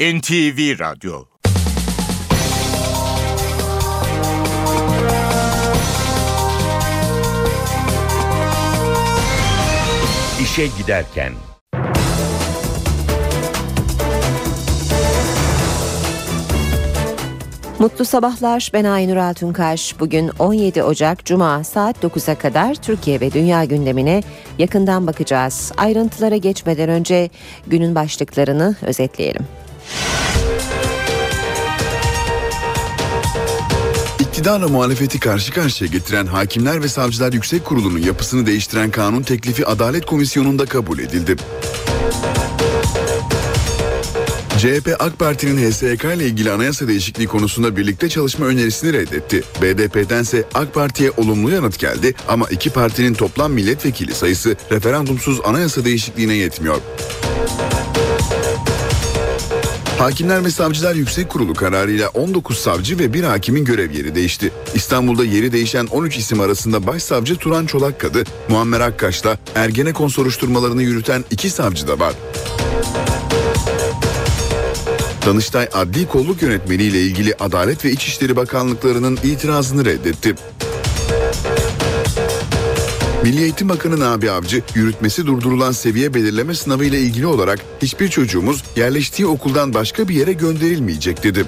NTV Radyo. İşe giderken. Mutlu sabahlar, ben Aynur Altunkaş. Bugün 17 Ocak Cuma saat 9'a kadar Türkiye ve dünya gündemine yakından bakacağız. Ayrıntılara geçmeden önce günün başlıklarını özetleyelim. İktidarla muhalefeti karşı karşıya getiren Hakimler ve Savcılar Yüksek Kurulu'nun yapısını değiştiren kanun teklifi Adalet Komisyonu'nda kabul edildi. CHP, AK Parti'nin HSYK ile ilgili anayasa değişikliği konusunda birlikte çalışma önerisini reddetti. BDP'dense AK Parti'ye olumlu yanıt geldi ama iki partinin toplam milletvekili sayısı referandumsuz anayasa değişikliğine yetmiyor. Hakimler ve Savcılar Yüksek Kurulu kararıyla 19 savcı ve 1 hakimin görev yeri değişti. İstanbul'da yeri değişen 13 isim arasında Başsavcı Turan Çolakkadı, Muammer Akkaş'la Ergenekon soruşturmalarını yürüten 2 savcı da var. Danıştay Adli Kolluk Yönetmeliği ile ilgili Adalet ve İçişleri Bakanlıklarının itirazını reddetti. Milli Eğitim Bakanı Nabi Avcı, yürütmesi durdurulan seviye belirleme sınavı ile ilgili olarak hiçbir çocuğumuz yerleştiği okuldan başka bir yere gönderilmeyecek dedi.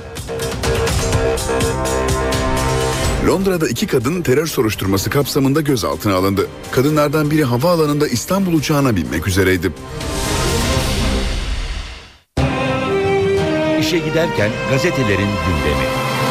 Londra'da 2 kadın terör soruşturması kapsamında gözaltına alındı. Kadınlardan biri havaalanında İstanbul uçağına binmek üzereydi. İşe giderken gazetelerin gündemi.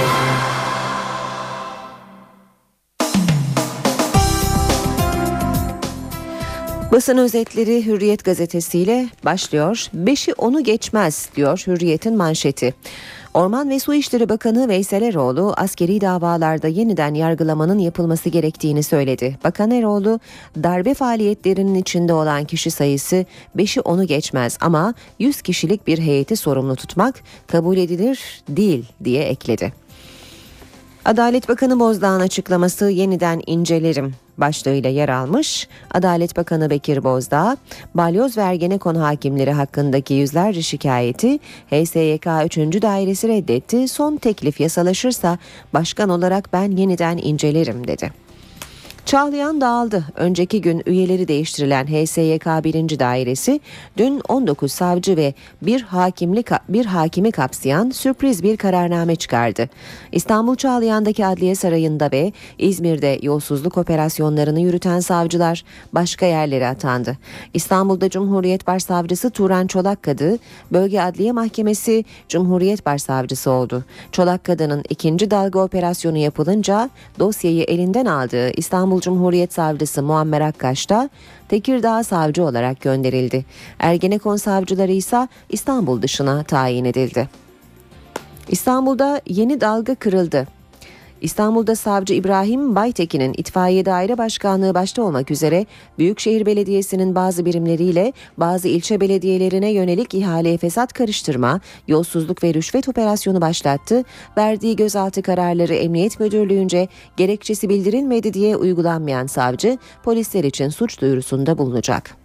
Basın özetleri Hürriyet gazetesiyle başlıyor. 5'i 10'u geçmez diyor Hürriyet'in manşeti. Orman ve Su İşleri Bakanı Veysel Eroğlu askeri davalarda yeniden yargılamanın yapılması gerektiğini söyledi. Bakan Eroğlu, darbe faaliyetlerinin içinde olan kişi sayısı 5'i 10'u geçmez ama 100 kişilik bir heyeti sorumlu tutmak kabul edilir değil diye ekledi. Adalet Bakanı Bozdağ'ın açıklaması yeniden incelerim başlığıyla yer almış. Adalet Bakanı Bekir Bozdağ, balyoz ve Ergenekon hakimleri hakkındaki yüzlerce şikayeti HSYK 3. Dairesi reddetti. Son teklif yasalaşırsa başkan olarak ben yeniden incelerim dedi. Çağlayan dağıldı. Önceki gün üyeleri değiştirilen HSYK 1. Dairesi dün 19 savcı ve bir hakimi kapsayan sürpriz bir kararname çıkardı. İstanbul Çağlayan'daki Adliye Sarayı'nda ve İzmir'de yolsuzluk operasyonlarını yürüten savcılar başka yerlere atandı. İstanbul'da Cumhuriyet Başsavcısı Turan Çolakkadı, Bölge Adliye Mahkemesi Cumhuriyet Başsavcısı oldu. Çolakkadı'nın 2. dalga operasyonu yapılınca dosyayı elinden aldığı İstanbul Cumhuriyet Savcısı Muammer Akkaş da Tekirdağ savcı olarak gönderildi. Ergenekon savcıları ise İstanbul dışına tayin edildi. İstanbul'da yeni dalga kırıldı. İstanbul'da savcı İbrahim Baytekin'in itfaiye daire başkanlığı başta olmak üzere Büyükşehir Belediyesi'nin bazı birimleriyle bazı ilçe belediyelerine yönelik ihaleye fesat karıştırma, yolsuzluk ve rüşvet operasyonu başlattı. Verdiği gözaltı kararları Emniyet Müdürlüğü'nce gerekçesi bildirilmedi diye uygulanmayan savcı polisler için suç duyurusunda bulunacak.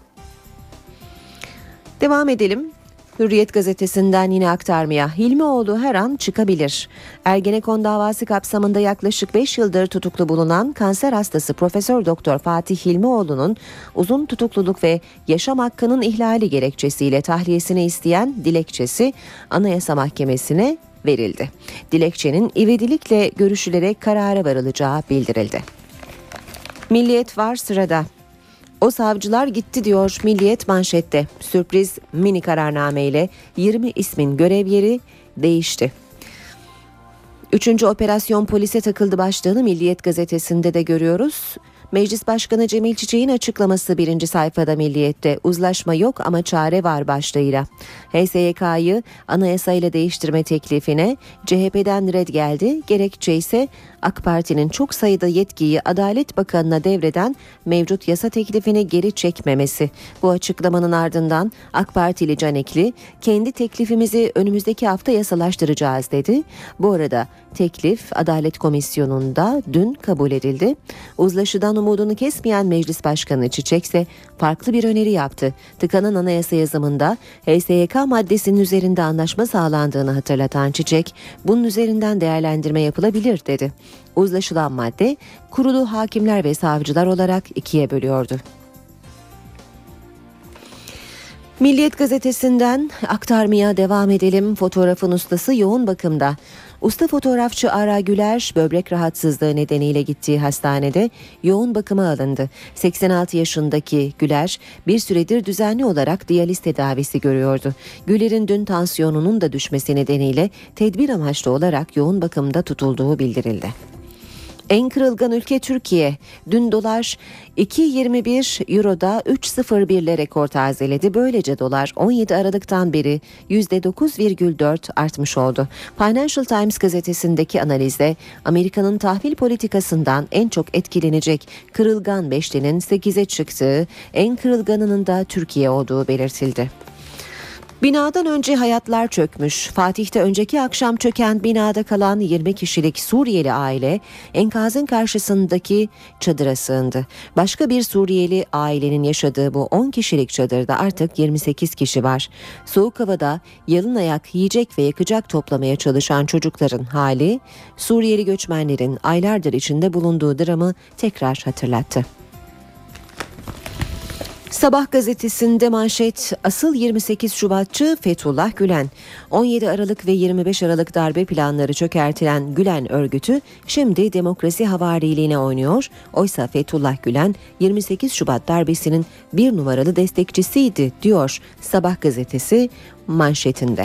Devam edelim. Hürriyet gazetesinden yine aktarmaya. Hilmioğlu her an çıkabilir. Ergenekon davası kapsamında yaklaşık 5 yıldır tutuklu bulunan kanser hastası Profesör Doktor Fatih Hilmioğlu'nun uzun tutukluluk ve yaşam hakkının ihlali gerekçesiyle tahliyesini isteyen dilekçesi Anayasa Mahkemesi'ne verildi. Dilekçenin ivedilikle görüşülerek karara varılacağı bildirildi. Milliyet var sırada. O savcılar gitti diyor Milliyet manşette. Sürpriz mini kararnameyle 20 ismin görev yeri değişti. 3. operasyon polise takıldı başlığını Milliyet gazetesinde de görüyoruz. Meclis Başkanı Cemil Çiçek'in açıklaması 1. sayfada Milliyet'te. Uzlaşma yok ama çare var başlığıyla. HSYK'yı anayasayla değiştirme teklifine CHP'den red geldi. Gerekçe ise AK Parti'nin çok sayıda yetkiyi Adalet Bakanı'na devreden mevcut yasa teklifini geri çekmemesi. Bu açıklamanın ardından AK Partili Canekli kendi teklifimizi önümüzdeki hafta yasalaştıracağız dedi. Bu arada teklif Adalet Komisyonu'nda dün kabul edildi. Uzlaşıdan umudunu kesmeyen Meclis Başkanı Çiçek ise farklı bir öneri yaptı. Tıkanan anayasa yazımında HSYK maddesinin üzerinde anlaşma sağlandığını hatırlatan Çiçek, bunun üzerinden değerlendirme yapılabilir dedi. Uzlaşılan madde kurulu hakimler ve savcılar olarak ikiye bölüyordu. Milliyet gazetesinden aktarmaya devam edelim. Fotoğrafın ustası yoğun bakımda. Usta fotoğrafçı Ara Güler böbrek rahatsızlığı nedeniyle gittiği hastanede yoğun bakıma alındı. 86 yaşındaki Güler bir süredir düzenli olarak diyaliz tedavisi görüyordu. Güler'in dün tansiyonunun da düşmesi nedeniyle tedbir amaçlı olarak yoğun bakımda tutulduğu bildirildi. En kırılgan ülke Türkiye. Dün dolar 2.21, euroda 3.01 ile rekor tazeledi. Böylece dolar 17 Aralık'tan beri %9,4 artmış oldu. Financial Times gazetesindeki analizde Amerika'nın tahvil politikasından en çok etkilenecek kırılgan beşlinin 8'e çıktığı, en kırılganının da Türkiye olduğu belirtildi. Binadan önce hayatlar çökmüş. Fatih'te önceki akşam çöken binada kalan 20 kişilik Suriyeli aile enkazın karşısındaki çadıra sığındı. Başka bir Suriyeli ailenin yaşadığı bu 10 kişilik çadırda artık 28 kişi var. Soğuk havada yalın ayak yiyecek ve yakacak toplamaya çalışan çocukların hali, Suriyeli göçmenlerin aylardır içinde bulunduğu dramı tekrar hatırlattı. Sabah gazetesinde manşet asıl 28 Şubatçı Fethullah Gülen. 17 Aralık ve 25 Aralık darbe planları çökertilen Gülen örgütü şimdi demokrasi havariliğine oynuyor. Oysa Fethullah Gülen 28 Şubat darbesinin bir numaralı destekçisiydi diyor Sabah gazetesi manşetinde.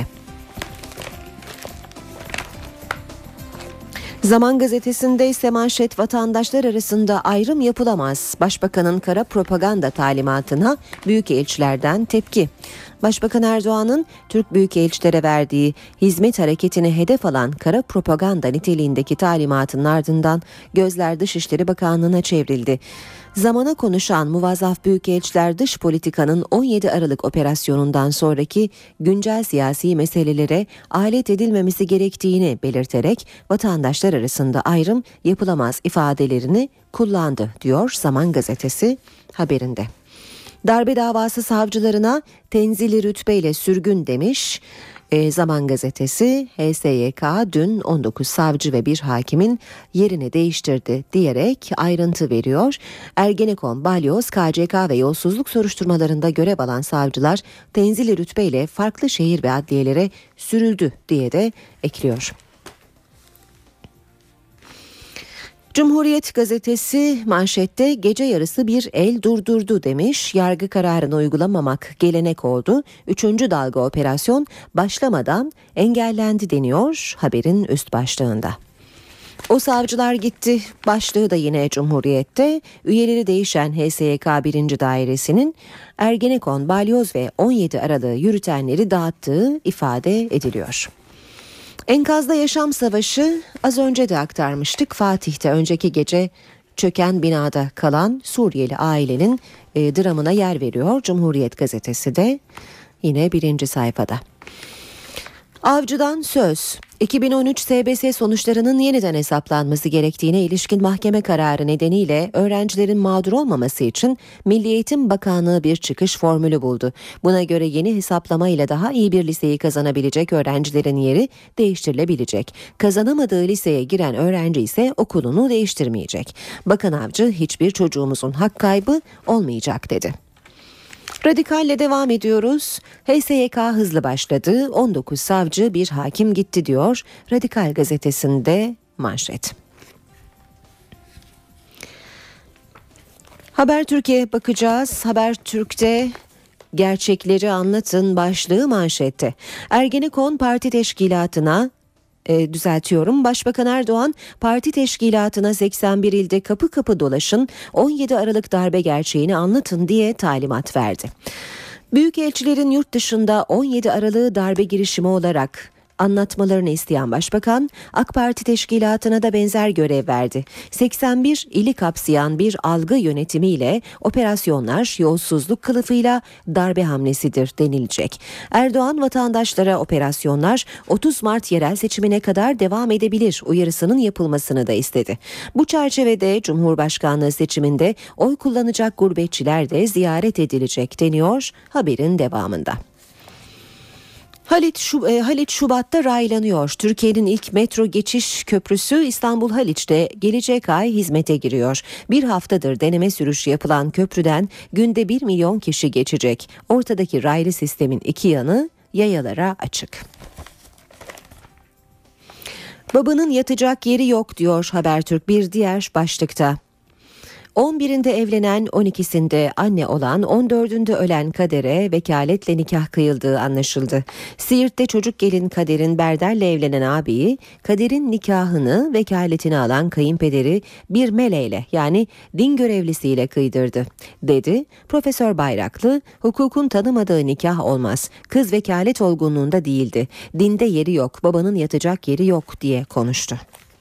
Zaman gazetesinde ise manşet vatandaşlar arasında ayrım yapılamaz. Başbakanın kara propaganda talimatına büyükelçilerden tepki. Başbakan Erdoğan'ın Türk büyükelçilere verdiği hizmet hareketini hedef alan kara propaganda niteliğindeki talimatının ardından gözler Dışişleri Bakanlığı'na çevrildi. Zamana konuşan muvazzaf büyükelçiler dış politikanın 17 Aralık operasyonundan sonraki güncel siyasi meselelere alet edilmemesi gerektiğini belirterek vatandaşlar arasında ayrım yapılamaz ifadelerini kullandı diyor Zaman gazetesi haberinde. Darbe davası savcılarına tenzili rütbeyle sürgün demiş. Zaman gazetesi HSYK dün 19 savcı ve bir hakimin yerini değiştirdi diyerek ayrıntı veriyor. Ergenekon, Balyoz, KCK ve yolsuzluk soruşturmalarında görev alan savcılar tenzili rütbeyle farklı şehir ve adliyelere sürüldü diye de ekliyor. Cumhuriyet gazetesi manşette gece yarısı bir el durdurdu demiş. Yargı kararını uygulamamak gelenek oldu. 3. dalga operasyon başlamadan engellendi deniyor haberin üst başlığında. O savcılar gitti başlığı da yine Cumhuriyet'te. Üyeleri değişen HSYK 1. Dairesi'nin Ergenekon, Balyoz ve 17 Aralık'ı yürütenleri dağıttığı ifade ediliyor. Enkazda yaşam savaşı az önce de aktarmıştık. Fatih'te önceki gece çöken binada kalan Suriyeli ailenin dramına yer veriyor. Cumhuriyet gazetesi de yine 1. sayfada. Avcı'dan söz. 2013 SBS sonuçlarının yeniden hesaplanması gerektiğine ilişkin mahkeme kararı nedeniyle öğrencilerin mağdur olmaması için Milli Eğitim Bakanlığı bir çıkış formülü buldu. Buna göre yeni hesaplama ile daha iyi bir liseyi kazanabilecek öğrencilerin yeri değiştirilebilecek. Kazanamadığı liseye giren öğrenci ise okulunu değiştirmeyecek. Bakan Avcı hiçbir çocuğumuzun hak kaybı olmayacak dedi. Radikalle devam ediyoruz. HSYK hızlı başladı. 19 savcı bir hakim gitti diyor Radikal gazetesinde manşet. Habertürk'e bakacağız. Habertürk'te gerçekleri anlatın başlığı manşette. Ergenekon parti teşkilatına Başbakan Erdoğan parti teşkilatına 81 ilde kapı kapı dolaşın 17 Aralık darbe gerçeğini anlatın diye talimat verdi. Büyükelçilerin yurt dışında 17 Aralık'ı darbe girişimi olarak anlatmalarını isteyen Başbakan, AK Parti teşkilatına da benzer görev verdi. 81 ili kapsayan bir algı yönetimiyle operasyonlar yolsuzluk kılıfıyla darbe hamlesidir denilecek. Erdoğan vatandaşlara operasyonlar 30 Mart yerel seçimine kadar devam edebilir uyarısının yapılmasını da istedi. Bu çerçevede Cumhurbaşkanlığı seçiminde oy kullanacak gurbetçiler de ziyaret edilecek deniyor haberin devamında. Haliç Şubat'ta raylanıyor. Türkiye'nin ilk metro geçiş köprüsü İstanbul Haliç'te gelecek ay hizmete giriyor. Bir haftadır deneme sürüşü yapılan köprüden günde 1 milyon kişi geçecek. Ortadaki raylı sistemin iki yanı yayalara açık. Babanın yatacak yeri yok diyor Habertürk bir diğer başlıkta. 11'inde evlenen, 12'sinde anne olan, 14'ünde ölen Kader'e vekaletle nikah kıyıldığı anlaşıldı. Siirt'te çocuk gelin Kader'in Berder'le evlenen abiyi, Kader'in nikahını vekaletini alan kayınpederi bir meleğle yani din görevlisiyle kıydırdı. Dedi, Profesör Bayraklı, hukukun tanımadığı nikah olmaz. Kız vekalet olgunluğunda değildi. Dinde yeri yok, babanın yatacak yeri yok diye konuştu.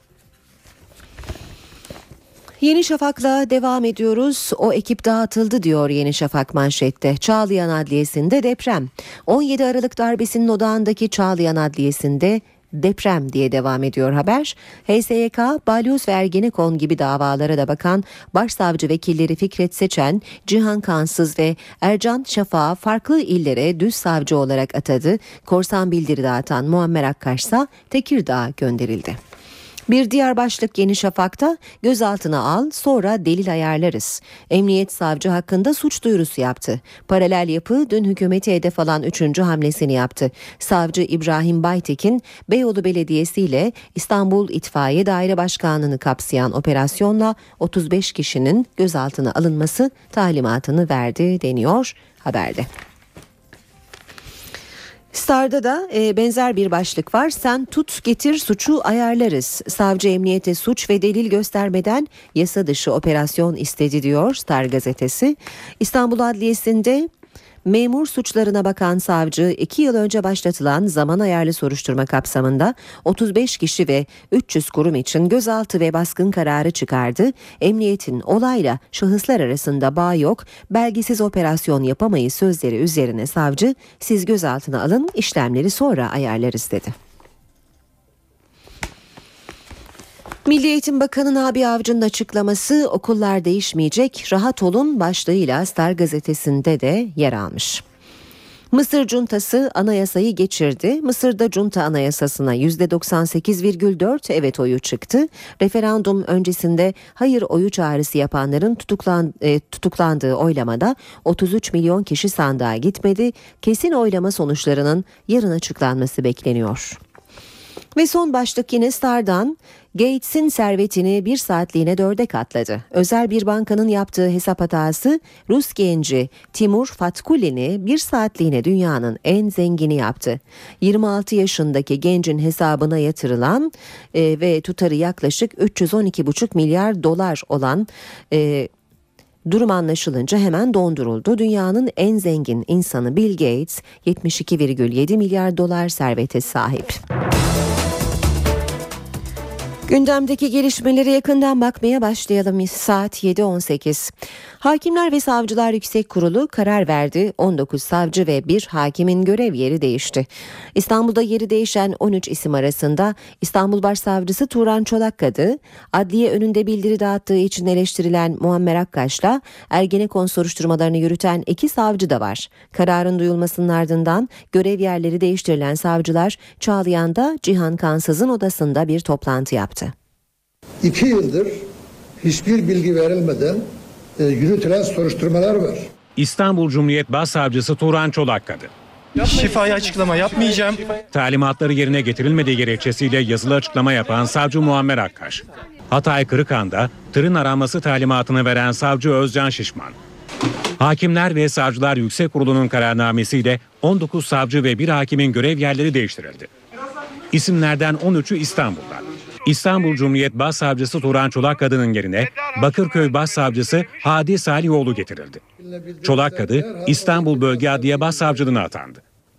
Yeni Şafak'la devam ediyoruz. O ekip dağıtıldı diyor Yeni Şafak manşette. Çağlayan Adliyesi'nde deprem. 17 Aralık darbesinin odağındaki Çağlayan Adliyesi'nde deprem diye devam ediyor haber. HSYK, Balyoz ve Ergenekon gibi davalara da bakan başsavcı vekilleri Fikret Seçen, Cihan Kansız ve Ercan Şafak'ı farklı illere düz savcı olarak atadı. Korsan bildiri dağıtan Muammer Akkaş'sa Tekirdağ'a gönderildi. Bir diğer başlık Yeni Şafak'ta gözaltına al sonra delil ayarlarız. Emniyet savcı hakkında suç duyurusu yaptı. Paralel yapı dün hükümeti hedef alan 3. hamlesini yaptı. Savcı İbrahim Baytekin Beyoğlu Belediyesi ile İstanbul İtfaiye Daire Başkanlığı'nı kapsayan operasyonla 35 kişinin gözaltına alınması talimatını verdi deniyor haberde. Star'da da benzer bir başlık var. Sen tut getir suçu ayarlarız. Savcı emniyete suç ve delil göstermeden yasa dışı operasyon istedi diyor Star gazetesi. İstanbul Adliyesi'nde memur suçlarına bakan savcı 2 yıl önce başlatılan zaman ayarlı soruşturma kapsamında 35 kişi ve 300 kurum için gözaltı ve baskın kararı çıkardı. Emniyetin olayla şahıslar arasında bağ yok, belgesiz operasyon yapamayız sözleri üzerine savcı siz gözaltına alın işlemleri sonra ayarlarız dedi. Milli Eğitim Bakanı Nabi Avcı'nın açıklaması okullar değişmeyecek, rahat olun başlığıyla Star gazetesinde de yer almış. Mısır cuntası anayasayı geçirdi. Mısır'da junta anayasasına %98,4 evet oyu çıktı. Referandum öncesinde hayır oyu çağrısı yapanların tutuklandığı oylamada 33 milyon kişi sandığa gitmedi. Kesin oylama sonuçlarının yarın açıklanması bekleniyor. Ve son başlık yine Star'dan. Gates'in servetini bir saatliğine 4'e katladı. Özel bir bankanın yaptığı hesap hatası Rus genci Timur Fatkulin'i bir saatliğine dünyanın en zengini yaptı. 26 yaşındaki gencin hesabına yatırılan ve tutarı yaklaşık 312,5 milyar dolar olan durum anlaşılınca hemen donduruldu. Dünyanın en zengin insanı Bill Gates 72,7 milyar dolar servete sahip. Gündemdeki gelişmelere yakından bakmaya başlayalım. Saat 7.18. Hakimler ve Savcılar Yüksek Kurulu karar verdi. 19 savcı ve 1 hakimin görev yeri değişti. İstanbul'da yeri değişen 13 isim arasında İstanbul Başsavcısı Turan Çolakkadı, adliye önünde bildiri dağıttığı için eleştirilen Muammer Akkaş'la Ergenekon soruşturmalarını yürüten 2 savcı da var. Kararın duyulmasının ardından görev yerleri değiştirilen savcılar Çağlayan'da Cihan Kansız'ın odasında bir toplantı yaptı. 2 yıldır hiçbir bilgi verilmeden yürütülen soruşturmalar var. İstanbul Cumhuriyet Başsavcısı Turan Çolakkadı. Şifai açıklama yapmayacağım. Talimatları yerine getirilmediği gerekçesiyle yazılı açıklama yapan savcı Muammer Akkaş. Hatay Kırıkhan'da tırın aranması talimatını veren savcı Özcan Şişman. Hakimler ve Savcılar Yüksek Kurulu'nun kararnamesiyle 19 savcı ve 1 hakimin görev yerleri değiştirildi. İsimlerden 13'ü İstanbul'dan. İstanbul Cumhuriyet Başsavcısı Turan Çolakkadı'nın yerine Bakırköy Başsavcısı Hadi Salihoğlu getirildi. Çolakkadı İstanbul Bölge Adliye Başsavcılığına atandı.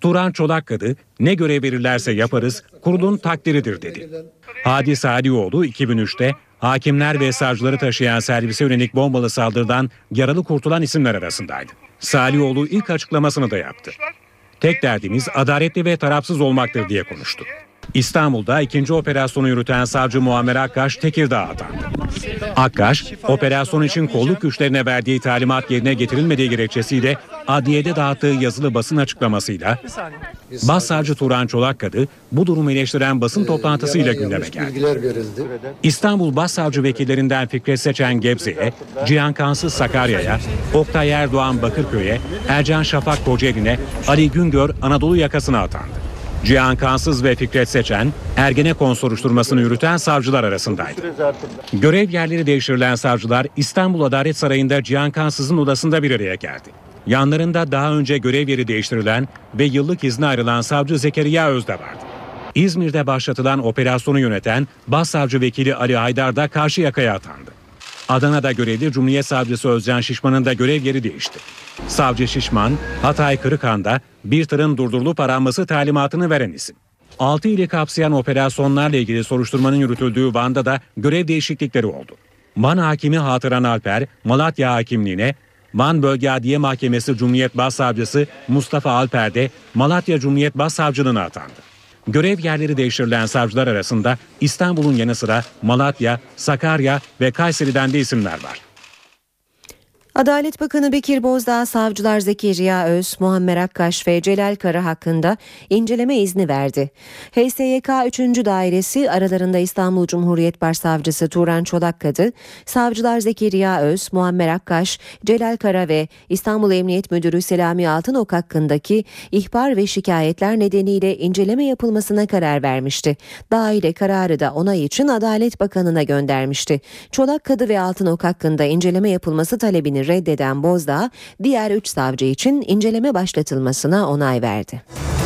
Turan Çolakkadı, ne görev verirlerse yaparız, kurulun takdiridir dedi. Hadi Sadioğlu 2003'te hakimler ve savcıları taşıyan servise yönelik bombalı saldırıdan yaralı kurtulan isimler arasındaydı. Sadioğlu ilk açıklamasını da yaptı. Tek derdimiz adaletli ve tarafsız olmaktır diye konuştu. İstanbul'da ikinci operasyonu yürüten savcı Muammer Akkaş Tekirdağ'a atandı. Akkaş, operasyon için kolluk güçlerine verdiği talimat yerine getirilmediği gerekçesiyle adliyede dağıttığı yazılı basın açıklamasıyla Başsavcı Turan Çolakkadı bu durumu eleştiren basın toplantısıyla gündeme geldi. İstanbul Başsavcı vekillerinden Fikret Seçen Gebze'ye, Cihan Kansız Sakarya'ya, Oktay Erdoğan Bakırköy'e, Ercan Şafak Kocaeli'ne, Ali Güngör Anadolu yakasına atandı. Cihan Kansız ve Fikret Seçen, Ergenekon soruşturmasını yürüten savcılar arasındaydı. Görev yerleri değiştirilen savcılar İstanbul Adalet Sarayı'nda Cihan Kansız'ın odasında bir araya geldi. Yanlarında daha önce görev yeri değiştirilen ve yıllık izne ayrılan savcı Zekeriya Öz de vardı. İzmir'de başlatılan operasyonu yöneten Başsavcı Vekili Ali Haydar da Karşıyaka'ya atandı. Adana'da görevli Cumhuriyet Savcısı Özcan Şişman'ın da görev yeri değişti. Savcı Şişman, Hatay Kırıkhan'da bir tırın durdurulup aranması talimatını veren isim. 6 ili kapsayan operasyonlarla ilgili soruşturmanın yürütüldüğü Van'da da görev değişiklikleri oldu. Van Hakimi Hatıran Alper, Malatya Hakimliğine, Van Bölge Adliye Mahkemesi Cumhuriyet Başsavcısı Mustafa Alper de Malatya Cumhuriyet Başsavcılığına atandı. Görev yerleri değiştirilen savcılar arasında İstanbul'un yanı sıra Malatya, Sakarya ve Kayseri'den de isimler var. Adalet Bakanı Bekir Bozdağ, savcılar Zekeriya Öz, Muammer Akkaş ve Celal Kara hakkında inceleme izni verdi. HSYK 3. Dairesi aralarında İstanbul Cumhuriyet Başsavcısı Turan Çolakkadı, savcılar Zekeriya Öz, Muammer Akkaş, Celal Kara ve İstanbul Emniyet Müdürü Selami Altınok hakkındaki ihbar ve şikayetler nedeniyle inceleme yapılmasına karar vermişti. Daire kararı da onay için Adalet Bakanı'na göndermişti. Çolakkadı ve Altınok hakkında inceleme yapılması talebini reddeden Bozdağ, diğer 3 savcı için inceleme başlatılmasına onay verdi.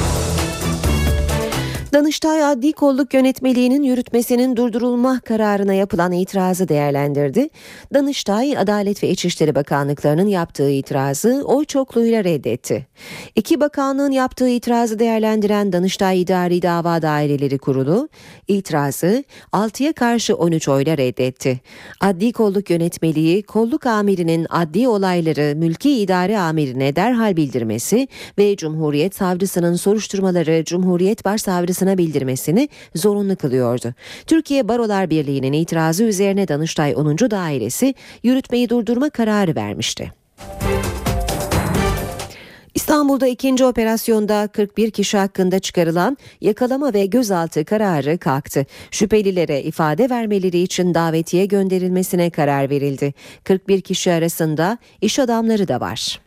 Danıştay Adli Kolluk Yönetmeliğinin yürütmesinin durdurulma kararına yapılan itirazı değerlendirdi. Danıştay, Adalet ve İçişleri Bakanlıklarının yaptığı itirazı oy çokluğuyla reddetti. İki bakanlığın yaptığı itirazı değerlendiren Danıştay İdari Dava Daireleri Kurulu, itirazı 6'ya karşı 13 oyla reddetti. Adli Kolluk Yönetmeliği, kolluk amirinin adli olayları mülki idare amirine derhal bildirmesi ve Cumhuriyet Savcısının soruşturmaları Cumhuriyet Başsavcısına bildirmesini zorunlu kılıyordu. Türkiye Barolar Birliği'nin itirazı üzerine Danıştay 10. Dairesi yürütmeyi durdurma kararı vermişti. İstanbul'da ikinci operasyonda 41 kişi hakkında çıkarılan yakalama ve gözaltı kararı kalktı. Şüphelilere ifade vermeleri için davetiye gönderilmesine karar verildi. 41 kişi arasında iş adamları da var.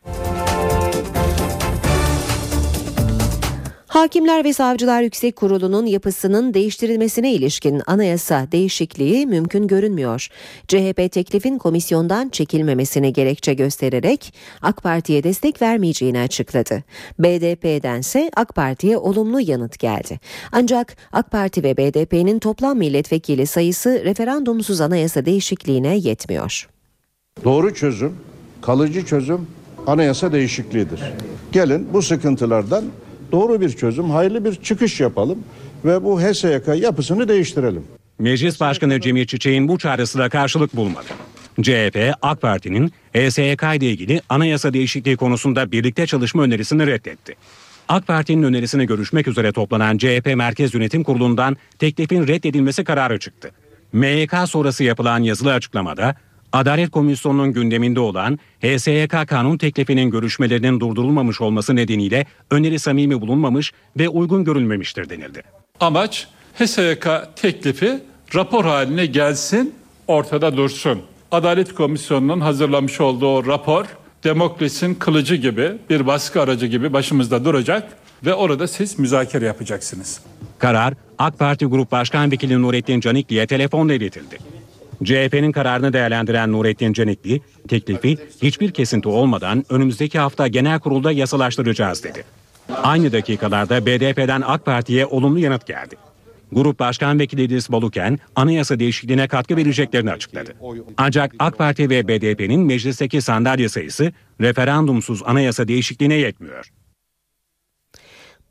Hakimler ve Savcılar Yüksek Kurulu'nun yapısının değiştirilmesine ilişkin anayasa değişikliği mümkün görünmüyor. CHP teklifin komisyondan çekilmemesini gerekçe göstererek AK Parti'ye destek vermeyeceğini açıkladı. BDP'dense AK Parti'ye olumlu yanıt geldi. Ancak AK Parti ve BDP'nin toplam milletvekili sayısı referandumsuz anayasa değişikliğine yetmiyor. Doğru çözüm, kalıcı çözüm anayasa değişikliğidir. Gelin bu sıkıntılardan doğru bir çözüm, hayırlı bir çıkış yapalım ve bu HSYK yapısını değiştirelim. Meclis Başkanı Cemil Çiçek'in bu çağrısı da karşılık bulmadı. CHP, AK Parti'nin HSYK ile ilgili anayasa değişikliği konusunda birlikte çalışma önerisini reddetti. AK Parti'nin önerisini görüşmek üzere toplanan CHP Merkez Yönetim Kurulu'ndan teklifin reddedilmesi kararı çıktı. MYK sonrası yapılan yazılı açıklamada, Adalet Komisyonu'nun gündeminde olan HSYK kanun teklifinin görüşmelerinin durdurulmamış olması nedeniyle öneri samimi bulunmamış ve uygun görülmemiştir denildi. Amaç HSYK teklifi rapor haline gelsin, ortada dursun. Adalet Komisyonu'nun hazırlamış olduğu rapor Demokles'in kılıcı gibi, bir baskı aracı gibi başımızda duracak ve orada siz müzakere yapacaksınız. Karar AK Parti Grup Başkan Vekili Nurettin Canikli'ye telefonla iletildi. CHP'nin kararını değerlendiren Nurettin Canikli, teklifi hiçbir kesinti olmadan önümüzdeki hafta genel kurulda yasalaştıracağız dedi. Aynı dakikalarda BDP'den AK Parti'ye olumlu yanıt geldi. Grup Başkan Vekili İdris Baluken, anayasa değişikliğine katkı vereceklerini açıkladı. Ancak AK Parti ve BDP'nin meclisteki sandalye sayısı referandumsuz anayasa değişikliğine yetmiyor.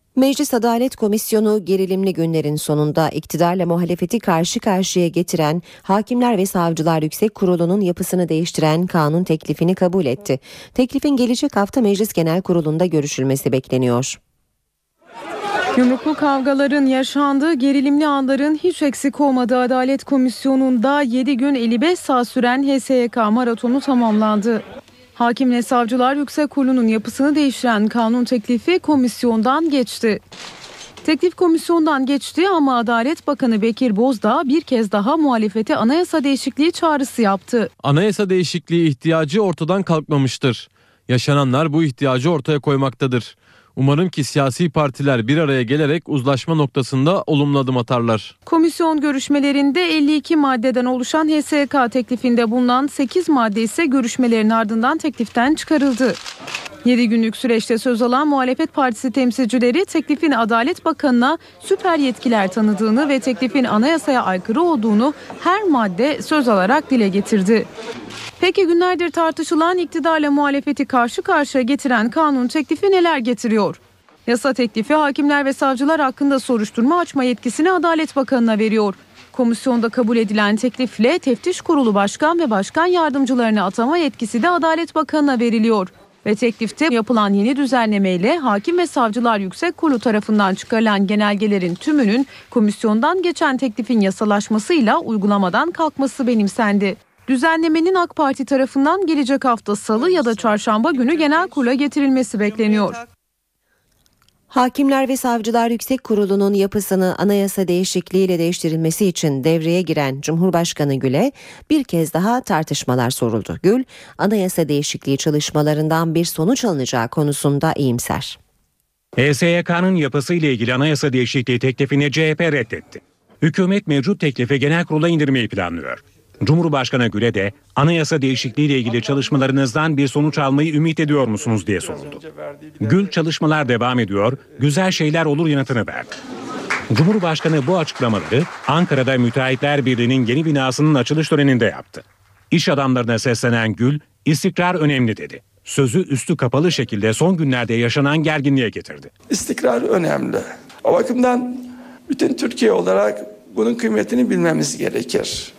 Meclis Adalet Komisyonu gerilimli günlerin sonunda iktidarla muhalefeti karşı karşıya getiren Hakimler ve Savcılar Yüksek Kurulu'nun yapısını değiştiren kanun teklifini kabul etti. Teklifin gelecek hafta Meclis Genel Kurulu'nda görüşülmesi bekleniyor. Yumruklu kavgaların yaşandığı, gerilimli anların hiç eksik olmadığı Adalet Komisyonu'nda 7 gün 55 saat süren HSYK maratonu tamamlandı. Hakimle Savcılar Yüksek Kurulu'nun yapısını değiştiren kanun teklifi komisyondan geçti. Teklif komisyondan geçti ama Adalet Bakanı Bekir Bozdağ bir kez daha muhalefete anayasa değişikliği çağrısı yaptı. Anayasa değişikliği ihtiyacı ortadan kalkmamıştır. Yaşananlar bu ihtiyacı ortaya koymaktadır. Umarım ki siyasi partiler bir araya gelerek uzlaşma noktasında olumlu adım atarlar. Komisyon görüşmelerinde 52 maddeden oluşan HSYK teklifinde bulunan 8 madde ise görüşmelerin ardından tekliften çıkarıldı. 7 günlük süreçte söz alan muhalefet partisi temsilcileri teklifin Adalet Bakanı'na süper yetkiler tanıdığını ve teklifin anayasaya aykırı olduğunu her madde söz alarak dile getirdi. Peki günlerdir tartışılan iktidarla muhalefeti karşı karşıya getiren kanun teklifi neler getiriyor? Yasa teklifi hakimler ve savcılar hakkında soruşturma açma yetkisini Adalet Bakanı'na veriyor. Komisyonda kabul edilen teklifle Teftiş Kurulu Başkan ve Başkan Yardımcılarını atama yetkisi de Adalet Bakanı'na veriliyor. Ve teklifte yapılan yeni düzenlemeyle Hakim ve Savcılar Yüksek Kurulu tarafından çıkarılan genelgelerin tümünün komisyondan geçen teklifin yasalaşmasıyla uygulamadan kalkması benimsendi. Düzenlemenin AK Parti tarafından gelecek hafta Salı ya da Çarşamba günü genel kurula getirilmesi bekleniyor. Hakimler ve Savcılar Yüksek Kurulu'nun yapısını anayasa değişikliğiyle değiştirilmesi için devreye giren Cumhurbaşkanı Gül'e bir kez daha tartışmalar soruldu. Gül, anayasa değişikliği çalışmalarından bir sonuç alınacağı konusunda iyimser. HSYK'nın yapısıyla ilgili anayasa değişikliği teklifini CHP reddetti. Hükümet mevcut teklifi genel kurula indirmeyi planlıyor. Cumhurbaşkanı Gül'e de anayasa değişikliğiyle ilgili çalışmalarınızdan bir sonuç almayı ümit ediyor musunuz diye soruldu. Gül çalışmalar devam ediyor, güzel şeyler olur yanıtını verdi. Cumhurbaşkanı bu açıklamaları Ankara'da Müteahhitler Birliği'nin yeni binasının açılış töreninde yaptı. İş adamlarına seslenen Gül, istikrar önemli dedi. Sözü üstü kapalı şekilde son günlerde yaşanan gerginliğe getirdi. İstikrar önemli. O bakımdan bütün Türkiye olarak bunun kıymetini bilmemiz gerekir.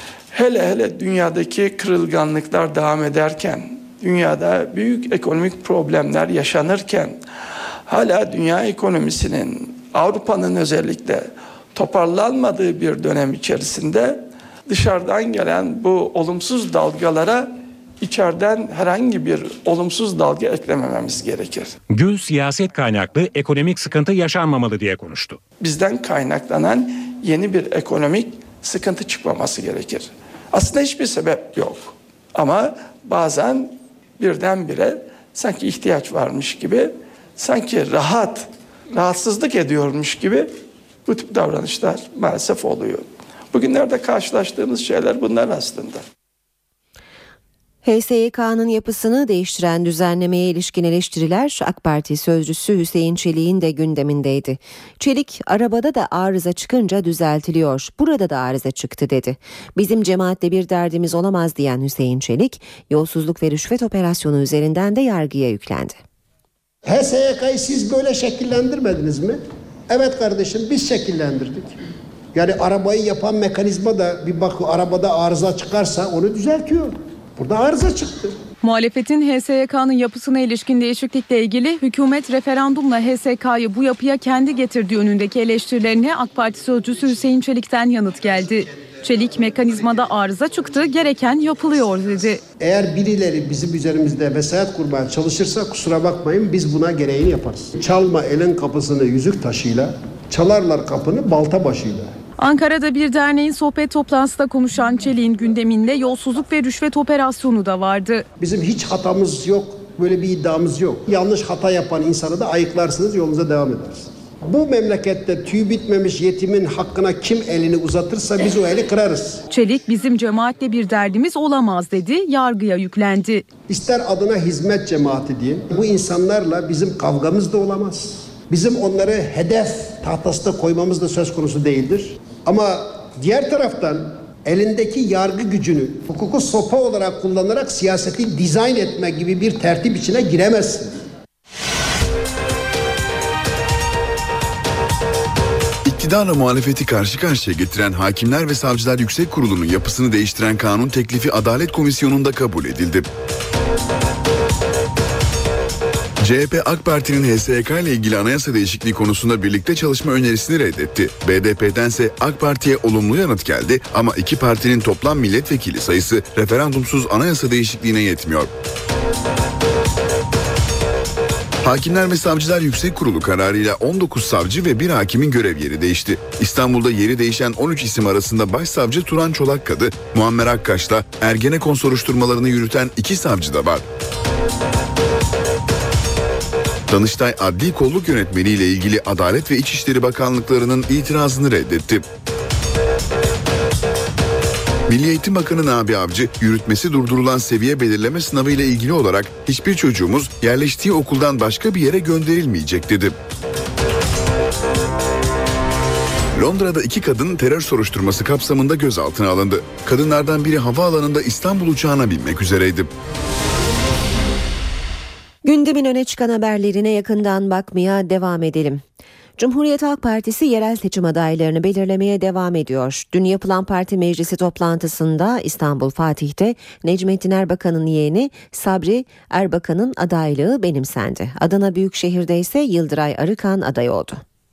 Hele dünyadaki kırılganlıklar devam ederken, dünyada büyük ekonomik problemler yaşanırken, hala dünya ekonomisinin, Avrupa'nın özellikle toparlanmadığı bir dönem içerisinde dışarıdan gelen bu olumsuz dalgalara içeriden herhangi bir olumsuz dalga eklemememiz gerekir. Gül, siyaset kaynaklı ekonomik sıkıntı yaşanmamalı diye konuştu. Bizden kaynaklanan yeni bir ekonomik sıkıntı çıkmaması gerekir. Aslında hiçbir sebep yok. Ama bazen birdenbire sanki ihtiyaç varmış gibi, sanki rahatsızlık ediyormuş gibi bu tip davranışlar maalesef oluyor. Bugünlerde karşılaştığımız şeyler bunlar aslında. HSYK'nın yapısını değiştiren düzenlemeye ilişkin eleştiriler AK Parti sözcüsü Hüseyin Çelik'in de gündemindeydi. Çelik, arabada da arıza çıkınca düzeltiliyor, burada da arıza çıktı dedi. Bizim cemaatle bir derdimiz olamaz diyen Hüseyin Çelik, yolsuzluk ve rüşvet operasyonu üzerinden de yargıya yüklendi. HSYK'yı siz böyle şekillendirmediniz mi? Evet kardeşim, biz şekillendirdik. Yani arabayı yapan mekanizma da bir bakıyor, arabada arıza çıkarsa onu düzeltiyor. Burada arıza çıktı. Muhalefetin HSYK'nın yapısına ilişkin değişiklikle ilgili hükümet referandumla HSYK'yı bu yapıya kendi getirdiği yönündeki eleştirilerine AK Parti sözcüsü Hüseyin Çelik'ten yanıt geldi. Çelik, mekanizmada arıza çıktı, gereken yapılıyor dedi. Eğer birileri bizim üzerimizde vesayet kurmaya çalışırsa kusura bakmayın, biz buna gereğini yaparız. Çalma elin kapısını yüzük taşıyla, çalarlar kapını balta başıyla. Ankara'da bir derneğin sohbet toplantısında konuşan Çelik'in gündeminde yolsuzluk ve rüşvet operasyonu da vardı. Bizim hiç hatamız yok, böyle bir iddiamız yok. Yanlış hata yapan insanı da ayıklarsınız, yolunuza devam edersiniz. Bu memlekette tüy bitmemiş yetimin hakkına kim elini uzatırsa biz o eli kırarız. Çelik, bizim cemaatle bir derdimiz olamaz dedi, yargıya yüklendi. İster adına hizmet cemaati diye, bu insanlarla bizim kavgamız da olamaz. Bizim onları hedef tahtasına koymamız da söz konusu değildir. Ama diğer taraftan elindeki yargı gücünü hukuku sopa olarak kullanarak siyaseti dizayn etme gibi bir tertip içine giremezsin. İktidarla muhalefeti karşı karşıya getiren Hakimler ve Savcılar Yüksek Kurulu'nun yapısını değiştiren kanun teklifi Adalet Komisyonu'nda kabul edildi. CHP, AK Parti'nin HSYK ile ilgili anayasa değişikliği konusunda birlikte çalışma önerisini reddetti. BDP'dense AK Parti'ye olumlu yanıt geldi ama iki partinin toplam milletvekili sayısı referandumsuz anayasa değişikliğine yetmiyor. Hakimler ve Savcılar Yüksek Kurulu kararıyla 19 savcı ve 1 hakimin görev yeri değişti. İstanbul'da yeri değişen 13 isim arasında Başsavcı Turan Çolakkadı, Muammer Akkaş'la Ergenekon soruşturmalarını yürüten 2 savcı da var. Danıştay Adli Kolluk Yönetmeliği ile ilgili Adalet ve İçişleri Bakanlıklarının itirazını reddetti. Milli Eğitim Bakanı Nabi Avcı, yürütmesi durdurulan seviye belirleme sınavı ile ilgili olarak hiçbir çocuğumuz yerleştiği okuldan başka bir yere gönderilmeyecek dedi. Londra'da 2 kadın terör soruşturması kapsamında gözaltına alındı. Kadınlardan biri havaalanında İstanbul uçağına binmek üzereydi. Gündemin öne çıkan haberlerine yakından bakmaya devam edelim. Cumhuriyet Halk Partisi yerel seçim adaylarını belirlemeye devam ediyor. Dün yapılan parti meclisi toplantısında İstanbul Fatih'te Necmettin Erbakan'ın yeğeni Sabri Erbakan'ın adaylığı benimsendi. Adana Büyükşehir'de ise Yıldıray Arıkan aday oldu.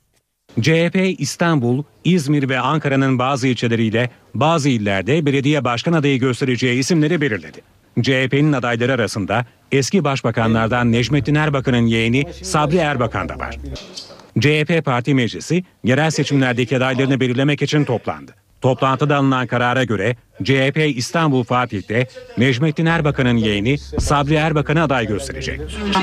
CHP İstanbul, İzmir ve Ankara'nın bazı ilçeleriyle bazı illerde belediye başkan adayı göstereceği isimleri belirledi. CHP'nin adayları arasında eski başbakanlardan Necmettin Erbakan'ın yeğeni Sabri Erbakan da var. CHP Parti Meclisi yerel seçimlerdeki adaylarını belirlemek için toplandı. Toplantıda alınan karara göre CHP İstanbul Fatih'te Necmettin Erbakan'ın yeğeni Sabri Erbakan'ı aday gösterecek.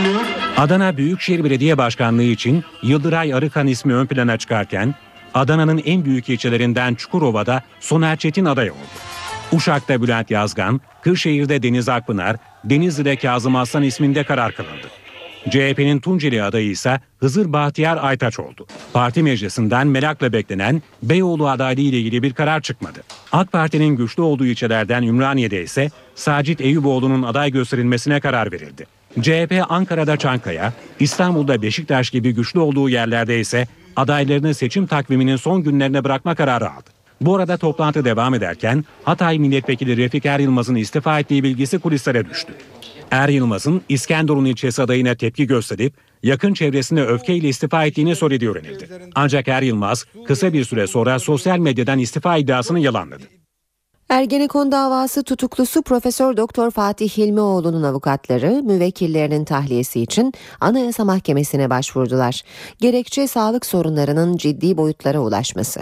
Adana Büyükşehir Belediye Başkanlığı için Yıldıray Arıkan ismi ön plana çıkarken Adana'nın en büyük ilçelerinden Çukurova'da Soner Çetin aday oldu. Uşak'ta Bülent Yazgan, Kırşehir'de Deniz Akpınar, Denizli'de Kazım Aslan isminde karar kılındı. CHP'nin Tunceli adayı ise Hızır Bahtiyar Aytaç oldu. Parti meclisinden merakla beklenen Beyoğlu adaylığı ile ilgili bir karar çıkmadı. AK Parti'nin güçlü olduğu ilçelerden Ümraniye'de ise Sacit Eyüboğlu'nun aday gösterilmesine karar verildi. CHP Ankara'da Çankaya, İstanbul'da Beşiktaş gibi güçlü olduğu yerlerde ise adaylarını seçim takviminin son günlerine bırakma kararı aldı. Bu arada toplantı devam ederken Hatay Milletvekili Refik Er Yılmaz'ın istifa ettiği bilgisi kulislere düştü. Er Yılmaz'ın İskenderun ilçesi adayına tepki gösterip yakın çevresine öfkeyle istifa ettiğini söylediği öğrenildi. Ancak Er Yılmaz kısa bir süre sonra sosyal medyadan istifa iddiasını yalanladı. Ergenekon davası tutuklusu Profesör Doktor Fatih Hilmioğlu'nun avukatları müvekkillerinin tahliyesi için Anayasa Mahkemesi'ne başvurdular. Gerekçe sağlık sorunlarının ciddi boyutlara ulaşması.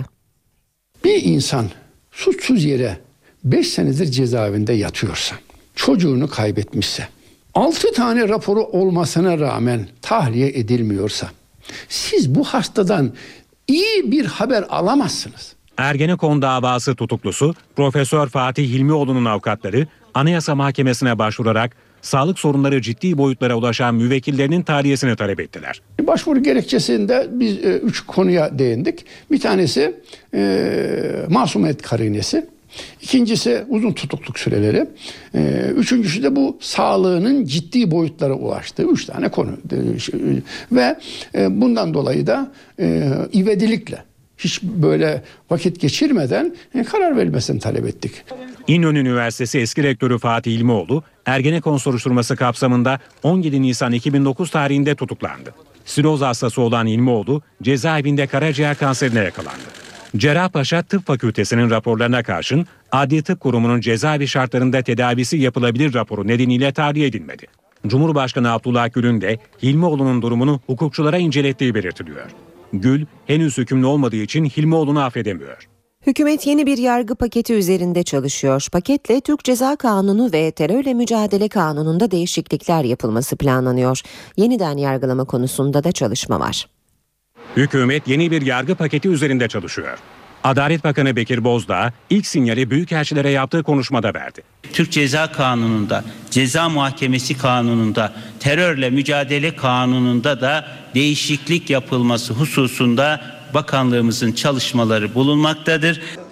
Bir insan suçsuz yere 5 senedir cezaevinde yatıyorsa, çocuğunu kaybetmişse, 6 tane raporu olmasına rağmen tahliye edilmiyorsa, siz bu hastadan iyi bir haber alamazsınız. Ergenekon davası tutuklusu Profesör Fatih Hilmioğlu'nun avukatları Anayasa Mahkemesi'ne başvurarak sağlık sorunları ciddi boyutlara ulaşan müvekkillerinin tahliyesini talep ettiler. Başvuru gerekçesinde biz 3 konuya değindik. Bir tanesi masumiyet karinesi. İkincisi uzun tutukluk süreleri. Üçüncüsü de bu sağlığının ciddi boyutlara ulaştığı 3 tane konu. Ve bundan dolayı da ivedilikle hiç böyle vakit geçirmeden karar verilmesini talep ettik. İnönü Üniversitesi eski rektörü Fatih Hilmioğlu, Ergenekon soruşturması kapsamında 17 Nisan 2009 tarihinde tutuklandı. Siroz hastası olan Hilmioğlu, cezaevinde karaciğer kanserine yakalandı. Cerrahpaşa Tıp Fakültesi'nin raporlarına karşın Adli Tıp Kurumu'nun cezaevi şartlarında tedavisi yapılabilir raporu nedeniyle tahliye edilmedi. Cumhurbaşkanı Abdullah Gül'ün de Hilmioğlu'nun durumunu hukukçulara incelettiği belirtiliyor. Gül, henüz hükümlü olmadığı için Hilmioğlu'nu affedemiyor. Hükümet yeni bir yargı paketi üzerinde çalışıyor. Paketle Türk Ceza Kanunu ve Terörle Mücadele Kanunu'nda değişiklikler yapılması planlanıyor. Yeniden yargılama konusunda da çalışma var. Hükümet yeni bir yargı paketi üzerinde çalışıyor. Adalet Bakanı Bekir Bozdağ ilk sinyali büyükelçilere yaptığı konuşmada verdi. Türk Ceza Kanunu'nda, Ceza Muhakemesi Kanunu'nda, Terörle Mücadele Kanunu'nda da değişiklik yapılması hususunda bakanlığımızın çalışmaları bulunmaktadır.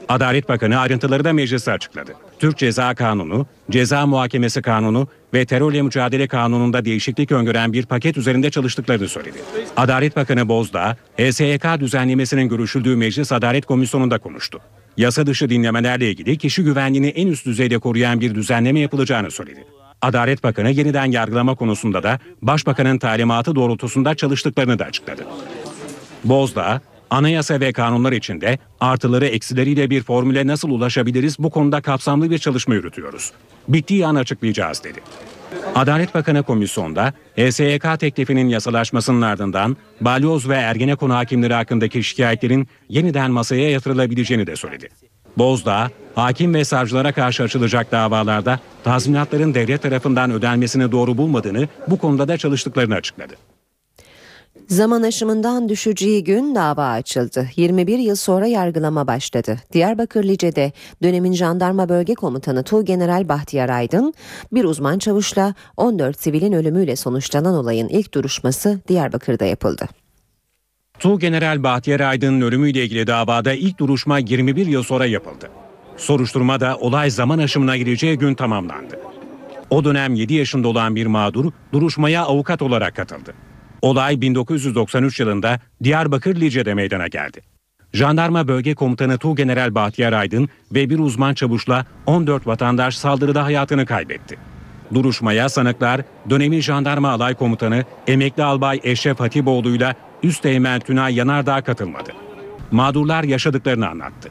Adalet Bakanı ayrıntıları da meclise açıkladı. Türk Ceza Kanunu, Ceza Muhakemesi Kanunu ve Terörle Mücadele Kanunu'nda değişiklik öngören bir paket üzerinde çalıştıklarını söyledi. Adalet Bakanı Bozdağ, HSYK düzenlemesinin görüşüldüğü Meclis Adalet Komisyonu'nda konuştu. Yasa dışı dinlemelerle ilgili kişi güvenliğini en üst düzeyde koruyan bir düzenleme yapılacağını söyledi. Adalet Bakanı yeniden yargılama konusunda da Başbakanın talimatı doğrultusunda çalıştıklarını da açıkladı. Bozdağ, anayasa ve kanunlar içinde artıları eksileriyle bir formüle nasıl ulaşabiliriz, bu konuda kapsamlı bir çalışma yürütüyoruz. Bittiği an açıklayacağız dedi. Adalet Bakanı komisyonda HSYK teklifinin yasalaşmasının ardından balyoz ve Ergenekon hakimleri hakkındaki şikayetlerin yeniden masaya yatırılabileceğini de söyledi. Bozdağ, hakim ve savcılara karşı açılacak davalarda tazminatların devlet tarafından ödenmesini doğru bulmadığını, bu konuda da çalıştıklarını açıkladı. Zaman aşımından düşeceği gün dava açıldı. 21 yıl sonra yargılama başladı. Diyarbakır Lice'de dönemin jandarma bölge komutanı Tuğgeneral Bahtiyar Aydın, bir uzman çavuşla 14 sivilin ölümüyle sonuçlanan olayın ilk duruşması Diyarbakır'da yapıldı. Tuğgeneral Bahtiyar Aydın'ın ölümüyle ilgili davada ilk duruşma 21 yıl sonra yapıldı. Soruşturmada olay zaman aşımına gireceği gün tamamlandı. O dönem 7 yaşında olan bir mağdur duruşmaya avukat olarak katıldı. Olay 1993 yılında Diyarbakır Lice'de meydana geldi. Jandarma Bölge Komutanı Tuğgeneral Bahtiyar Aydın ve bir uzman çavuşla 14 vatandaş saldırıda hayatını kaybetti. Duruşmaya sanıklar dönemin Jandarma Alay Komutanı Emekli Albay Eşref Hatipoğlu'yla Üsteğmen Tünay Yanardağ katılmadı. Mağdurlar yaşadıklarını anlattı.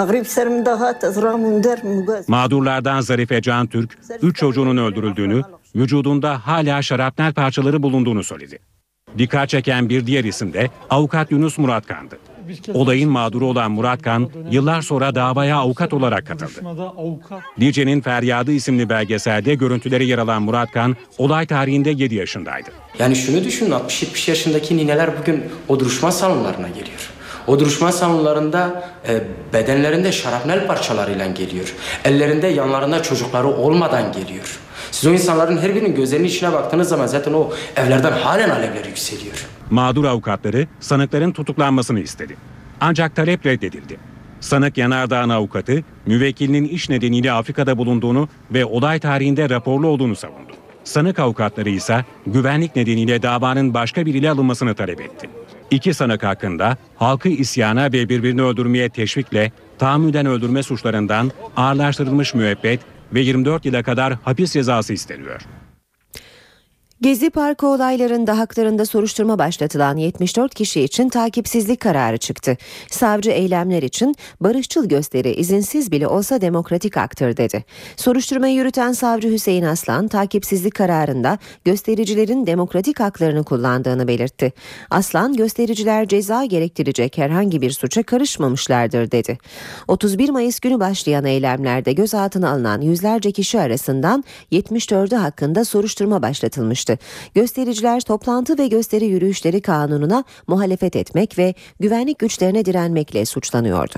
Mağdurlardan Zarife Can Türk, 3 çocuğunun öldürüldüğünü, vücudunda hala şarapnel parçaları bulunduğunu söyledi. Dikkat çeken bir diğer isim de avukat Yunus Muratkan'dı. Olayın mağduru olan Muratkan yıllar sonra davaya avukat olarak katıldı. Lice'nin Feryadı isimli belgeselde görüntüleri yer alan Muratkan olay tarihinde 7 yaşındaydı. Yani şunu düşünün, 60-70 yaşındaki nineler bugün o duruşma salonlarına geliyor. O duruşma salonlarında bedenlerinde şarapnel parçalarıyla geliyor. Ellerinde yanlarında çocukları olmadan geliyor. Siz o insanların her birinin gözlerinin içine baktığınız zaman zaten o evlerden halen alevler yükseliyor. Mağdur avukatları sanıkların tutuklanmasını istedi. Ancak talep reddedildi. Sanık Yanardağ'ın avukatı müvekkilinin iş nedeniyle Afrika'da bulunduğunu ve olay tarihinde raporlu olduğunu savundu. Sanık avukatları ise güvenlik nedeniyle davanın başka biriyle alınmasını talep etti. İki sanık hakkında halkı isyana ve birbirini öldürmeye teşvikle tahammüden öldürme suçlarından ağırlaştırılmış müebbet ve 24 yıla kadar hapis cezası isteniyor. Gezi Parkı olaylarında haklarında soruşturma başlatılan 74 kişi için takipsizlik kararı çıktı. Savcı eylemler için barışçıl gösteri izinsiz bile olsa demokratik aktır dedi. Soruşturmayı yürüten savcı Hüseyin Aslan takipsizlik kararında göstericilerin demokratik haklarını kullandığını belirtti. Aslan, göstericiler ceza gerektirecek herhangi bir suça karışmamışlardır dedi. 31 Mayıs günü başlayan eylemlerde gözaltına alınan yüzlerce kişi arasından 74'ü hakkında soruşturma başlatılmıştı. Göstericiler toplantı ve gösteri yürüyüşleri kanununa muhalefet etmek ve güvenlik güçlerine direnmekle suçlanıyordu.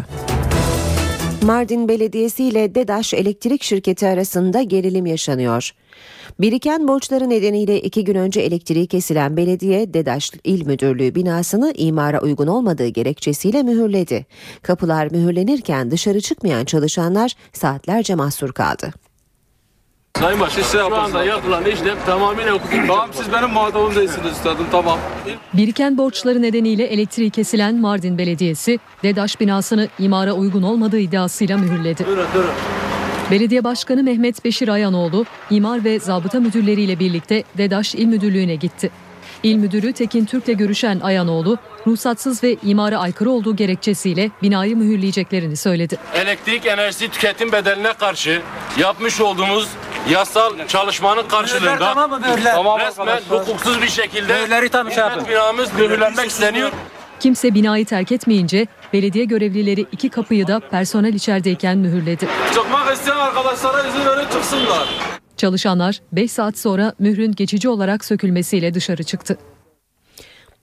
Mardin Belediyesi ile DEDAŞ Elektrik Şirketi arasında gerilim yaşanıyor. Biriken borçları nedeniyle 2 gün önce elektriği kesilen belediye DEDAŞ İl Müdürlüğü binasını imara uygun olmadığı gerekçesiyle mühürledi. Kapılar mühürlenirken dışarı çıkmayan çalışanlar saatlerce mahsur kaldı. Sayın Başkan, şu anda yapılan işlem tamamıyla hukuki. Tamam, siz benim muhatabım değilsiniz üstadım, tamam. Biriken borçları nedeniyle elektriği kesilen Mardin Belediyesi, DEDAŞ binasını imara uygun olmadığı iddiasıyla mühürledi. Durun. Belediye Başkanı Mehmet Beşir Ayanoğlu, imar ve zabıta müdürleriyle birlikte DEDAŞ İl Müdürlüğü'ne gitti. İl Müdürü Tekin Türk'le görüşen Ayanoğlu, ruhsatsız ve imara aykırı olduğu gerekçesiyle binayı mühürleyeceklerini söyledi. Elektrik enerjisi tüketim bedeline karşı yapmış olduğumuz yasal çalışmanın karşılığında resmen hukuksuz bir şekilde binamız mühürlenmek isteniyor. Kimse binayı terk etmeyince belediye görevlileri 2 kapıyı da personel içerideyken mühürledi. Çıkmak isteyen arkadaşlara izin verin çıksınlar. Çalışanlar 5 saat sonra mührün geçici olarak sökülmesiyle dışarı çıktı.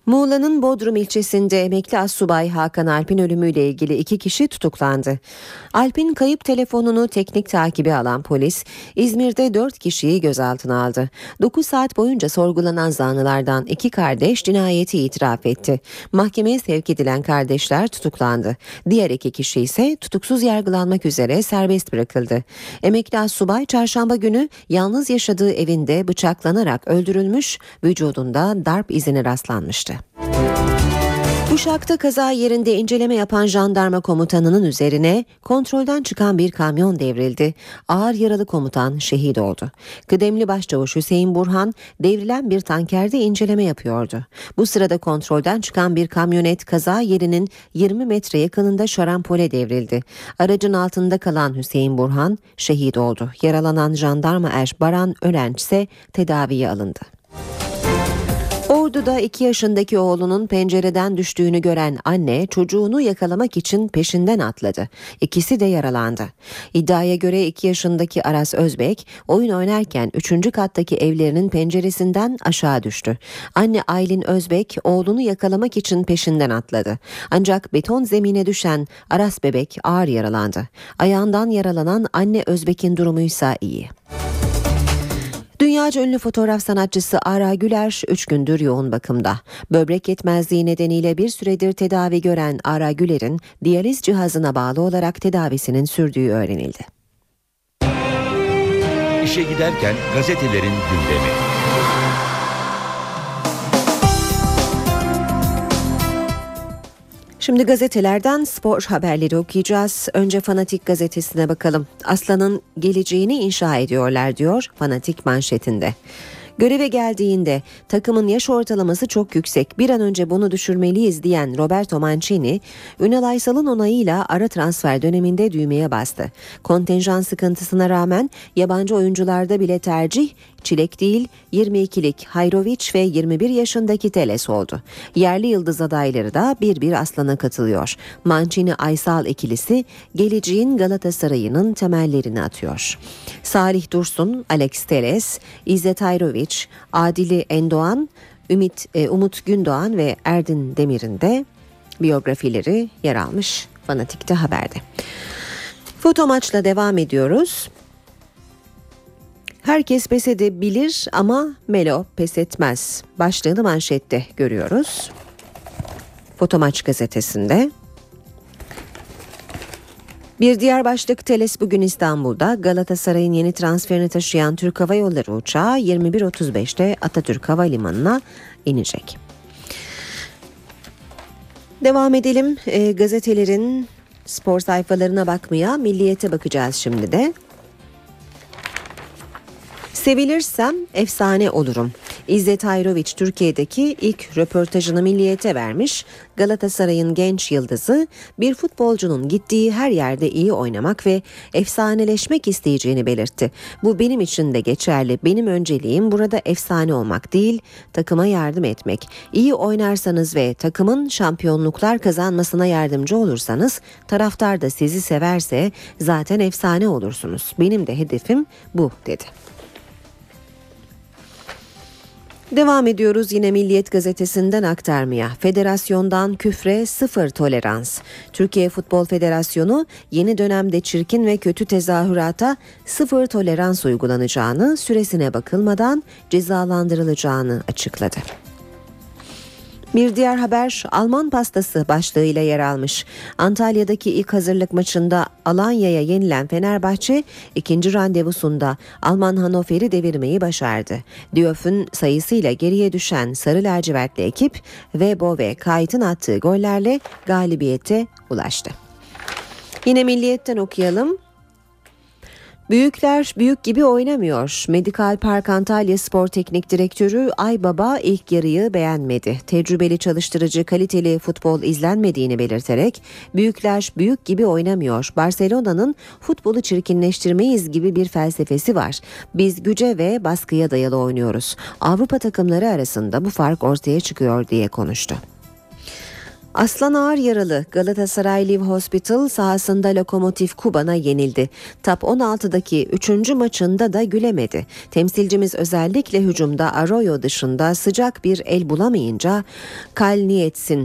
Muğla'nın Bodrum ilçesinde emekli astsubay Hakan Alp'in ölümüyle ilgili 2 kişi tutuklandı. Alp'in kayıp telefonunu teknik takibi alan polis, İzmir'de 4 kişiyi gözaltına aldı. 9 saat boyunca sorgulanan zanlılardan 2 kardeş cinayeti itiraf etti. Mahkemeye sevk edilen kardeşler tutuklandı. Diğer 2 kişi ise tutuksuz yargılanmak üzere serbest bırakıldı. Emekli astsubay çarşamba günü yalnız yaşadığı evinde bıçaklanarak öldürülmüş, vücudunda darp izine rastlanmıştı. Uşak'ta kaza yerinde inceleme yapan jandarma komutanının üzerine kontrolden çıkan bir kamyon devrildi. Ağır yaralı komutan şehit oldu. Kıdemli Başçavuş Hüseyin Burhan devrilen bir tankerde inceleme yapıyordu. Bu sırada kontrolden çıkan bir kamyonet kaza yerinin 20 metre yakınında şarampole devrildi. Aracın altında kalan Hüseyin Burhan şehit oldu. Yaralanan jandarma er Baran Ölenç ise tedaviye alındı. Ordu'da 2 yaşındaki oğlunun pencereden düştüğünü gören anne çocuğunu yakalamak için peşinden atladı. İkisi de yaralandı. İddiaya göre 2 yaşındaki Aras Özbek oyun oynarken 3. kattaki evlerinin penceresinden aşağı düştü. Anne Aylin Özbek oğlunu yakalamak için peşinden atladı. Ancak beton zemine düşen Aras bebek ağır yaralandı. Ayağından yaralanan anne Özbek'in durumuysa iyi. Dünyaca ünlü fotoğraf sanatçısı Ara Güler 3 gündür yoğun bakımda. Böbrek yetmezliği nedeniyle bir süredir tedavi gören Ara Güler'in diyaliz cihazına bağlı olarak tedavisinin sürdüğü öğrenildi. İşe giderken gazetelerin gündemi. Şimdi gazetelerden spor haberleri okuyacağız. Önce Fanatik gazetesine bakalım. Aslan'ın geleceğini inşa ediyorlar diyor Fanatik manşetinde. Göreve geldiğinde takımın yaş ortalaması çok yüksek, bir an önce bunu düşürmeliyiz diyen Roberto Mancini, Ünal Aysal'ın onayıyla ara transfer döneminde düğmeye bastı. Kontenjan sıkıntısına rağmen yabancı oyuncularda bile tercih Çilek değil 22'lik Hayrovic ve 21 yaşındaki Teles oldu. Yerli yıldız adayları da bir Aslan'a katılıyor. Mancini-Aysal ikilisi geleceğin Galatasaray'ının temellerini atıyor. Salih Dursun, Alex Teles, İzzet Hayrovic, Adili Endoğan, Umut Gündoğan ve Erdin Demir'in de biyografileri yer almış Fanatik'te haberde. Foto maçla devam ediyoruz. Herkes pes edebilir ama Melo pes etmez. Başlığını manşette görüyoruz. Fotomaç gazetesinde. Bir diğer başlık Teles bugün İstanbul'da. Galatasaray'ın yeni transferini taşıyan Türk Hava Yolları uçağı 21.35'te Atatürk Havalimanı'na inecek. Devam edelim gazetelerin spor sayfalarına bakmaya. Milliyet'e bakacağız şimdi de. Sevilirsem efsane olurum. İzzet Hayrovic Türkiye'deki ilk röportajını Milliyet'e vermiş. Galatasaray'ın genç yıldızı bir futbolcunun gittiği her yerde iyi oynamak ve efsaneleşmek isteyeceğini belirtti. Bu benim için de geçerli. Benim önceliğim burada efsane olmak değil, takıma yardım etmek. İyi oynarsanız ve takımın şampiyonluklar kazanmasına yardımcı olursanız, taraftar da sizi severse zaten efsane olursunuz. Benim de hedefim bu dedi. Devam ediyoruz yine Milliyet gazetesinden aktarmaya. Federasyondan küfre sıfır tolerans. Türkiye Futbol Federasyonu yeni dönemde çirkin ve kötü tezahürata sıfır tolerans uygulanacağını, süresine bakılmadan cezalandırılacağını açıkladı. Bir diğer haber Alman pastası başlığıyla yer almış. Antalya'daki ilk hazırlık maçında Alanya'ya yenilen Fenerbahçe ikinci randevusunda Alman Hannover'i devirmeyi başardı. Diouf'un sayısıyla geriye düşen sarı lacivertli ekip Webo ve Kayt'ın attığı gollerle galibiyete ulaştı. Yine Milliyet'ten okuyalım. Büyükler büyük gibi oynamıyor. Medikal Park Antalya Spor Teknik Direktörü Aybaba ilk yarıyı beğenmedi. Tecrübeli çalıştırıcı kaliteli futbol izlenmediğini belirterek büyükler büyük gibi oynamıyor. Barcelona'nın futbolu çirkinleştirmeyiz gibi bir felsefesi var. Biz güce ve baskıya dayalı oynuyoruz. Avrupa takımları arasında bu fark ortaya çıkıyor diye konuştu. Aslan ağır yaralı. Galatasaray Live Hospital sahasında Lokomotiv Kuban'a yenildi. Top 16'daki 3. maçında da gülemedi. Temsilcimiz özellikle hücumda Arroyo dışında sıcak bir el bulamayınca Kalniets'in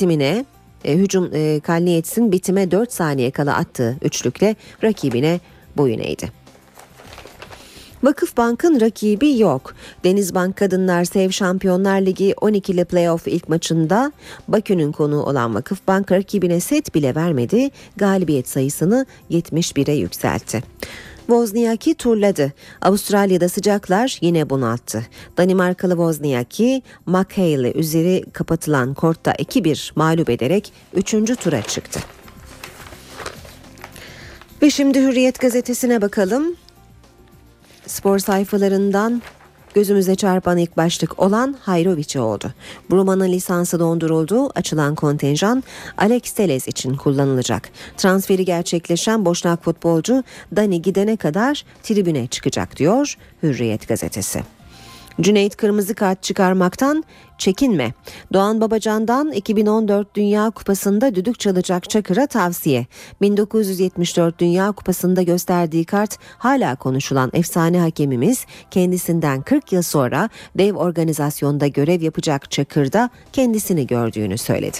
bitime 4 saniye kala attığı üçlükle rakibine boyun eğdi. Vakıfbank'ın rakibi yok. Denizbank Kadınlar Sev Şampiyonlar Ligi 12'li playoff ilk maçında Bakü'nün konuğu olan Vakıfbank rakibine set bile vermedi. Galibiyet sayısını 71'e yükseltti. Wozniacki turladı. Avustralya'da sıcaklar yine bunalttı. Danimarkalı Wozniacki, McHale'i üzeri kapatılan kortta 2-1 mağlup ederek 3. tura çıktı. Ve şimdi Hürriyet gazetesine bakalım. Spor sayfalarından gözümüze çarpan ilk başlık olan Hayrovic oldu. Bruma'nın lisansı donduruldu. Açılan kontenjan Alex Telles için kullanılacak. Transferi gerçekleşen Boşnak futbolcu Dani gidene kadar tribüne çıkacak diyor Hürriyet gazetesi. Cüneyt kırmızı kart çıkarmaktan çekinme. Doğan Babacan'dan 2014 Dünya Kupası'nda düdük çalacak Çakır'a tavsiye. 1974 Dünya Kupası'nda gösterdiği kart hala konuşulan efsane hakemimiz kendisinden 40 yıl sonra dev organizasyonda görev yapacak Çakır'da kendisini gördüğünü söyledi.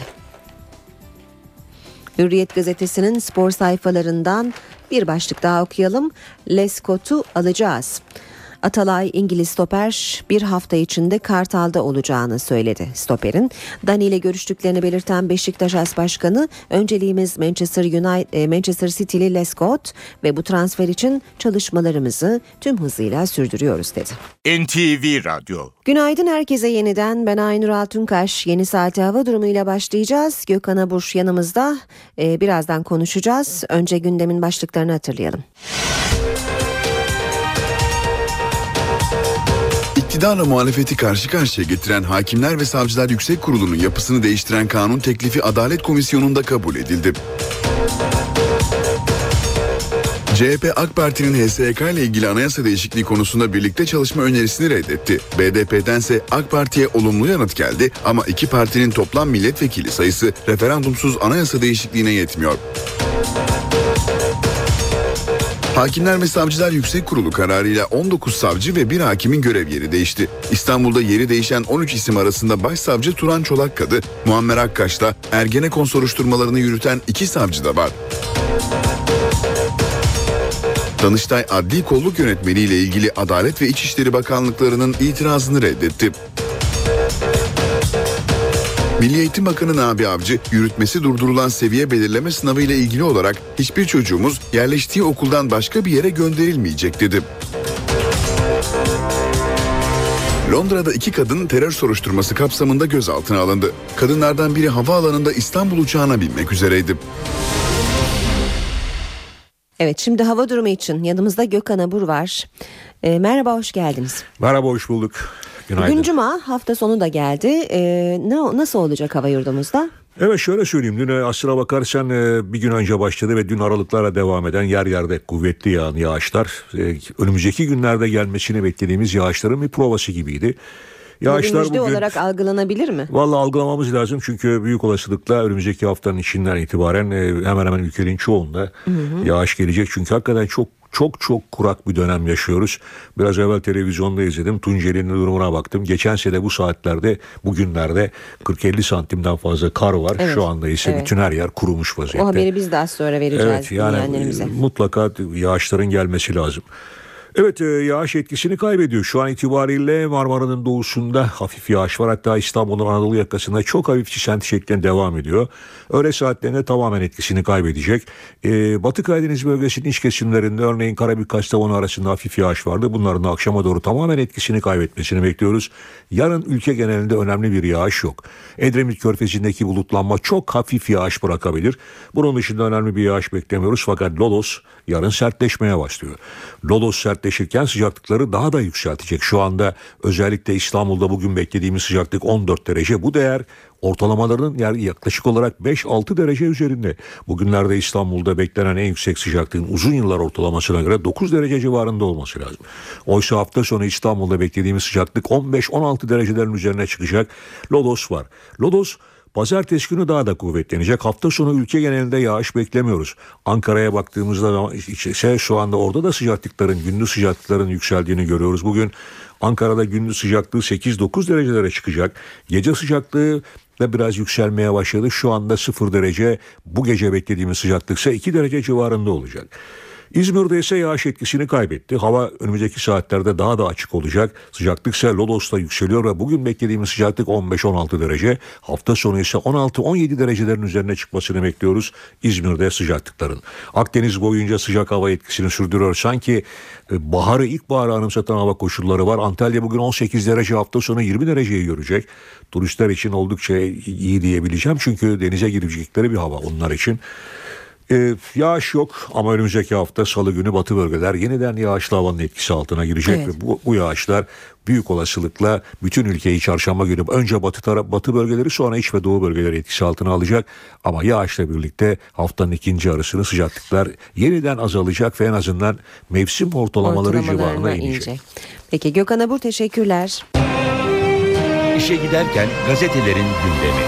Hürriyet gazetesinin spor sayfalarından bir başlık daha okuyalım. Lescott'u alacağız. Atalay İngiliz stoper bir hafta içinde Kartal'da olacağını söyledi. Stoperin Dani ile görüştüklerini belirten Beşiktaş As Başkanı önceliğimiz Manchester City'li Lescott ve bu transfer için çalışmalarımızı tüm hızıyla sürdürüyoruz dedi. NTV Radyo. Günaydın herkese yeniden. Ben Aynur Altunkaş. Yeni saate hava durumuyla başlayacağız. Gökhan Abur yanımızda. Birazdan konuşacağız. Önce gündemin başlıklarını hatırlayalım. İktidarla muhalefeti karşı karşıya getiren Hakimler ve Savcılar Yüksek Kurulu'nun yapısını değiştiren kanun teklifi Adalet Komisyonu'nda kabul edildi. CHP AK Parti'nin HSYK ile ilgili anayasa değişikliği konusunda birlikte çalışma önerisini reddetti. BDP'dense AK Parti'ye olumlu yanıt geldi ama iki partinin toplam milletvekili sayısı referandumsuz anayasa değişikliğine yetmiyor. Hakimler ve Savcılar Yüksek Kurulu kararıyla 19 savcı ve 1 hakimin görev yeri değişti. İstanbul'da yeri değişen 13 isim arasında Başsavcı Turan Çolakkadı, Muammer Akkaş'la Ergenekon soruşturmalarını yürüten 2 savcı da var. Danıştay Adli Kolluk Yönetmeliği ile ilgili Adalet ve İçişleri Bakanlıklarının itirazını reddetti. Milli Eğitim Bakanı Nabi Avcı, yürütmesi durdurulan seviye belirleme sınavı ile ilgili olarak hiçbir çocuğumuz yerleştiği okuldan başka bir yere gönderilmeyecek dedi. Londra'da 2 kadın terör soruşturması kapsamında gözaltına alındı. Kadınlardan biri havaalanında İstanbul uçağına binmek üzereydi. Evet, şimdi hava durumu için yanımızda Gökhan Abur var. Merhaba, hoş geldiniz. Merhaba, hoş bulduk. Günaydın. Bugün Cuma, hafta sonu da geldi. Nasıl olacak hava yurdumuzda? Evet, şöyle söyleyeyim. Dün aslına bakarsan bir gün önce başladı ve dün aralıklarla devam eden yer yerde kuvvetli yağan yağışlar önümüzdeki günlerde gelmesini beklediğimiz yağışların bir provası gibiydi. Yağışlar bugün olarak algılanabilir mi? Vallahi algılamamız lazım çünkü büyük olasılıkla önümüzdeki haftanın içinden itibaren hemen hemen ülkenin çoğunda yağış gelecek. Çünkü hakikaten çok kurak bir dönem yaşıyoruz. Biraz evvel televizyonda izledim. Tunceli'nin durumuna baktım. Geçen sene bu saatlerde, bugünlerde 40-50 santimden fazla kar var. Evet, şu anda ise bütün her yer kurumuş vaziyette. O haberi biz daha sonra vereceğiz. Evet, yani mutlaka yağışların gelmesi lazım. Evet, yağış etkisini kaybediyor. Şu an itibariyle Marmara'nın doğusunda hafif yağış var. Hatta İstanbul'un Anadolu yakasında çok hafif çisenti şeklinde devam ediyor. Öğle saatlerinde tamamen etkisini kaybedecek. Batı Karadeniz bölgesinin iç kesimlerinde örneğin Karabük-Kastamonu arasında hafif yağış vardı. Bunların da akşama doğru tamamen etkisini kaybetmesini bekliyoruz. Yarın ülke genelinde önemli bir yağış yok. Edremit Körfezi'ndeki bulutlanma çok hafif yağış bırakabilir. Bunun dışında önemli bir yağış beklemiyoruz. Fakat Lodos yarın sertleşmeye başlıyor. Lodos sertleşirken sıcaklıkları daha da yükseltecek. Şu anda özellikle İstanbul'da bugün beklediğimiz sıcaklık 14 derece. Bu değer ortalamalarının yani yaklaşık olarak 5-6 derece üzerinde. Bugünlerde İstanbul'da beklenen en yüksek sıcaklığın uzun yıllar ortalamasına göre 9 derece civarında olması lazım. Oysa hafta sonu İstanbul'da beklediğimiz sıcaklık 15-16 derecelerin üzerine çıkacak. Lodos var. Lodos Pazartesi günü daha da kuvvetlenecek. Hafta sonu ülke genelinde yağış beklemiyoruz. Ankara'ya baktığımızda ise şu anda orada da gündüz sıcaklıkların yükseldiğini görüyoruz. Bugün Ankara'da gündüz sıcaklığı 8-9 derecelere çıkacak. Gece sıcaklığı da biraz yükselmeye başladı. Şu anda 0 derece, bu gece beklediğimiz sıcaklık ise 2 derece civarında olacak. İzmir'de ise yağış etkisini kaybetti. Hava önümüzdeki saatlerde daha da açık olacak. Sıcaklık ise Lodos'ta yükseliyor ve bugün beklediğimiz sıcaklık 15-16 derece. Hafta sonu ise 16-17 derecelerin üzerine çıkmasını bekliyoruz İzmir'de sıcaklıkların. Akdeniz boyunca sıcak hava etkisini sürdürüyor. Sanki ilkbaharı anımsatan hava koşulları var. Antalya bugün 18 derece, hafta sonu 20 dereceyi görecek. Turistler için oldukça iyi diyebileceğim. Çünkü denize girecekleri bir hava onlar için. Yağış yok ama önümüzdeki hafta Salı günü batı bölgeler yeniden yağışlı havanın etkisi altına girecek. Evet. Ve bu yağışlar büyük olasılıkla bütün ülkeyi çarşamba günü önce batı bölgeleri, sonra iç ve doğu bölgeleri etkisi altına alacak. Ama yağışla birlikte haftanın ikinci yarısını sıcaklıklar yeniden azalacak ve en azından mevsim ortalamaları civarına inecek. Peki Gökhan Abur, teşekkürler. İşe giderken gazetelerin gündemi.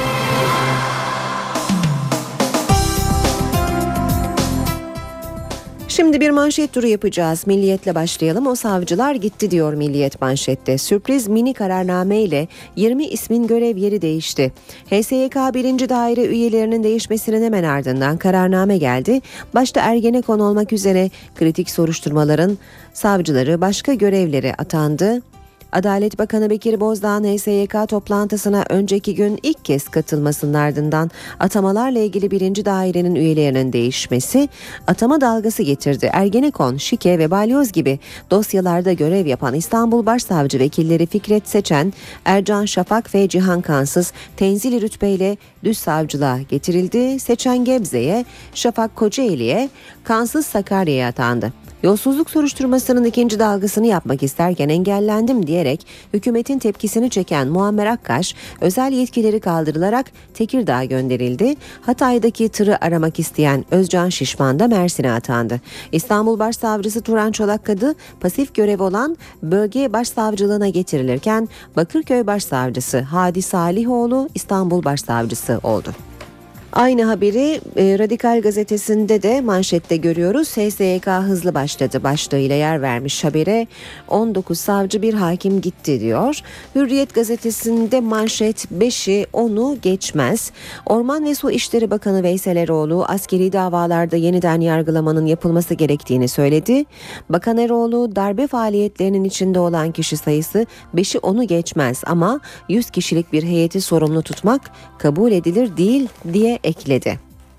Şimdi bir manşet turu yapacağız. Milliyet'le başlayalım. O savcılar gitti diyor Milliyet manşette. Sürpriz mini kararname ile 20 ismin görev yeri değişti. HSYK 1. daire üyelerinin değişmesinin hemen ardından kararname geldi. Başta Ergenekon olmak üzere kritik soruşturmaların savcıları başka görevlere atandı. Adalet Bakanı Bekir Bozdağ'ın HSYK toplantısına önceki gün ilk kez katılmasının ardından atamalarla ilgili 1. dairenin üyelerinin değişmesi atama dalgası getirdi. Ergenekon, şike ve balyoz gibi dosyalarda görev yapan İstanbul Başsavcı vekilleri Fikret Seçen, Ercan Şafak ve Cihan Kansız tenzili rütbeyle düz savcılığa getirildi. Seçen Gebze'ye, Şafak Kocaeli'ye, Kansız Sakarya'ya atandı. Yolsuzluk soruşturmasının ikinci dalgasını yapmak isterken engellendim diyerek hükümetin tepkisini çeken Muammer Akkaş özel yetkileri kaldırılarak Tekirdağ'a gönderildi. Hatay'daki tırı aramak isteyen Özcan Şişman da Mersin'e atandı. İstanbul Başsavcısı Turan Çolakkadı pasif görev olan bölge başsavcılığına getirilirken Bakırköy Başsavcısı Hadi Salihoğlu İstanbul Başsavcısı oldu. Aynı haberi Radikal Gazetesi'nde de manşette görüyoruz. HSYK hızlı başladı başlığıyla yer vermiş habere. 19 savcı bir hakim gitti diyor. Hürriyet Gazetesi'nde manşet 5'i 10'u geçmez. Orman ve Su İşleri Bakanı Veysel Eroğlu askeri davalarda yeniden yargılamanın yapılması gerektiğini söyledi. Bakan Eroğlu darbe faaliyetlerinin içinde olan kişi sayısı 5'i 10'u geçmez ama 100 kişilik bir heyeti sorumlu tutmak kabul edilir değil diye ekledi.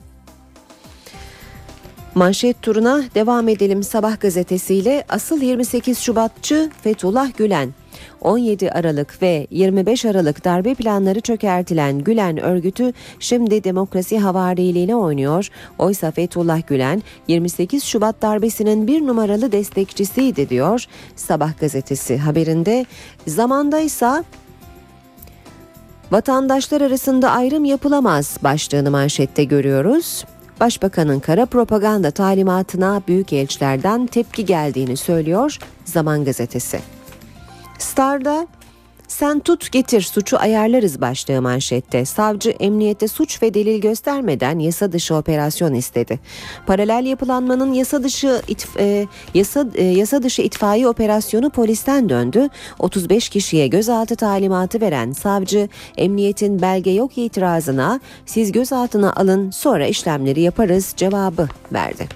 Manşet turuna devam edelim. Sabah gazetesiyle asıl 28 Şubatçı Fethullah Gülen. 17 Aralık ve 25 Aralık darbe planları çökertilen Gülen örgütü şimdi demokrasi havariliğine oynuyor. Oysa Fethullah Gülen 28 Şubat darbesinin bir numaralı destekçisiydi diyor Sabah gazetesi haberinde. Zamandaysa vatandaşlar arasında ayrım yapılamaz başlığını manşette görüyoruz. Başbakanın kara propaganda talimatına büyükelçilerden tepki geldiğini söylüyor Zaman gazetesi. Star'da sen tut getir suçu ayarlarız başlığı manşette. Savcı emniyete suç ve delil göstermeden yasa dışı operasyon istedi. Paralel yapılanmanın yasa dışı itfaiye operasyonu polisten döndü. 35 kişiye gözaltı talimatı veren savcı emniyetin belge yok itirazına siz gözaltına alın sonra işlemleri yaparız cevabı verdi.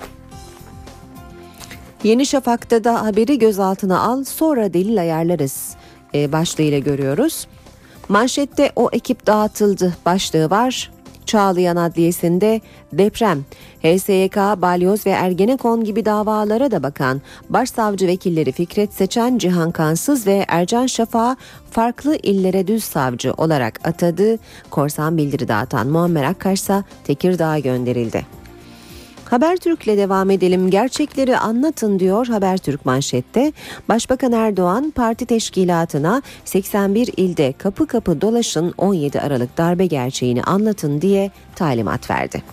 Yeni Şafak'ta da haberi gözaltına al sonra delil ayarlarız başlığıyla görüyoruz. Manşette o ekip dağıtıldı başlığı var. Çağlayan Adliyesi'nde deprem, HSYK, Balyoz ve Ergenekon gibi davalara da bakan başsavcı vekilleri Fikret Seçen, Cihan Kansız ve Ercan Şafak'ı farklı illere düz savcı olarak atadı. Korsan bildiri dağıtan Muammer Akkaş ise Tekirdağ'a gönderildi. Habertürk'le devam edelim. Gerçekleri anlatın diyor Habertürk manşette. Başbakan Erdoğan parti teşkilatına 81 ilde kapı kapı dolaşın 17 Aralık darbe gerçeğini anlatın diye talimat verdi.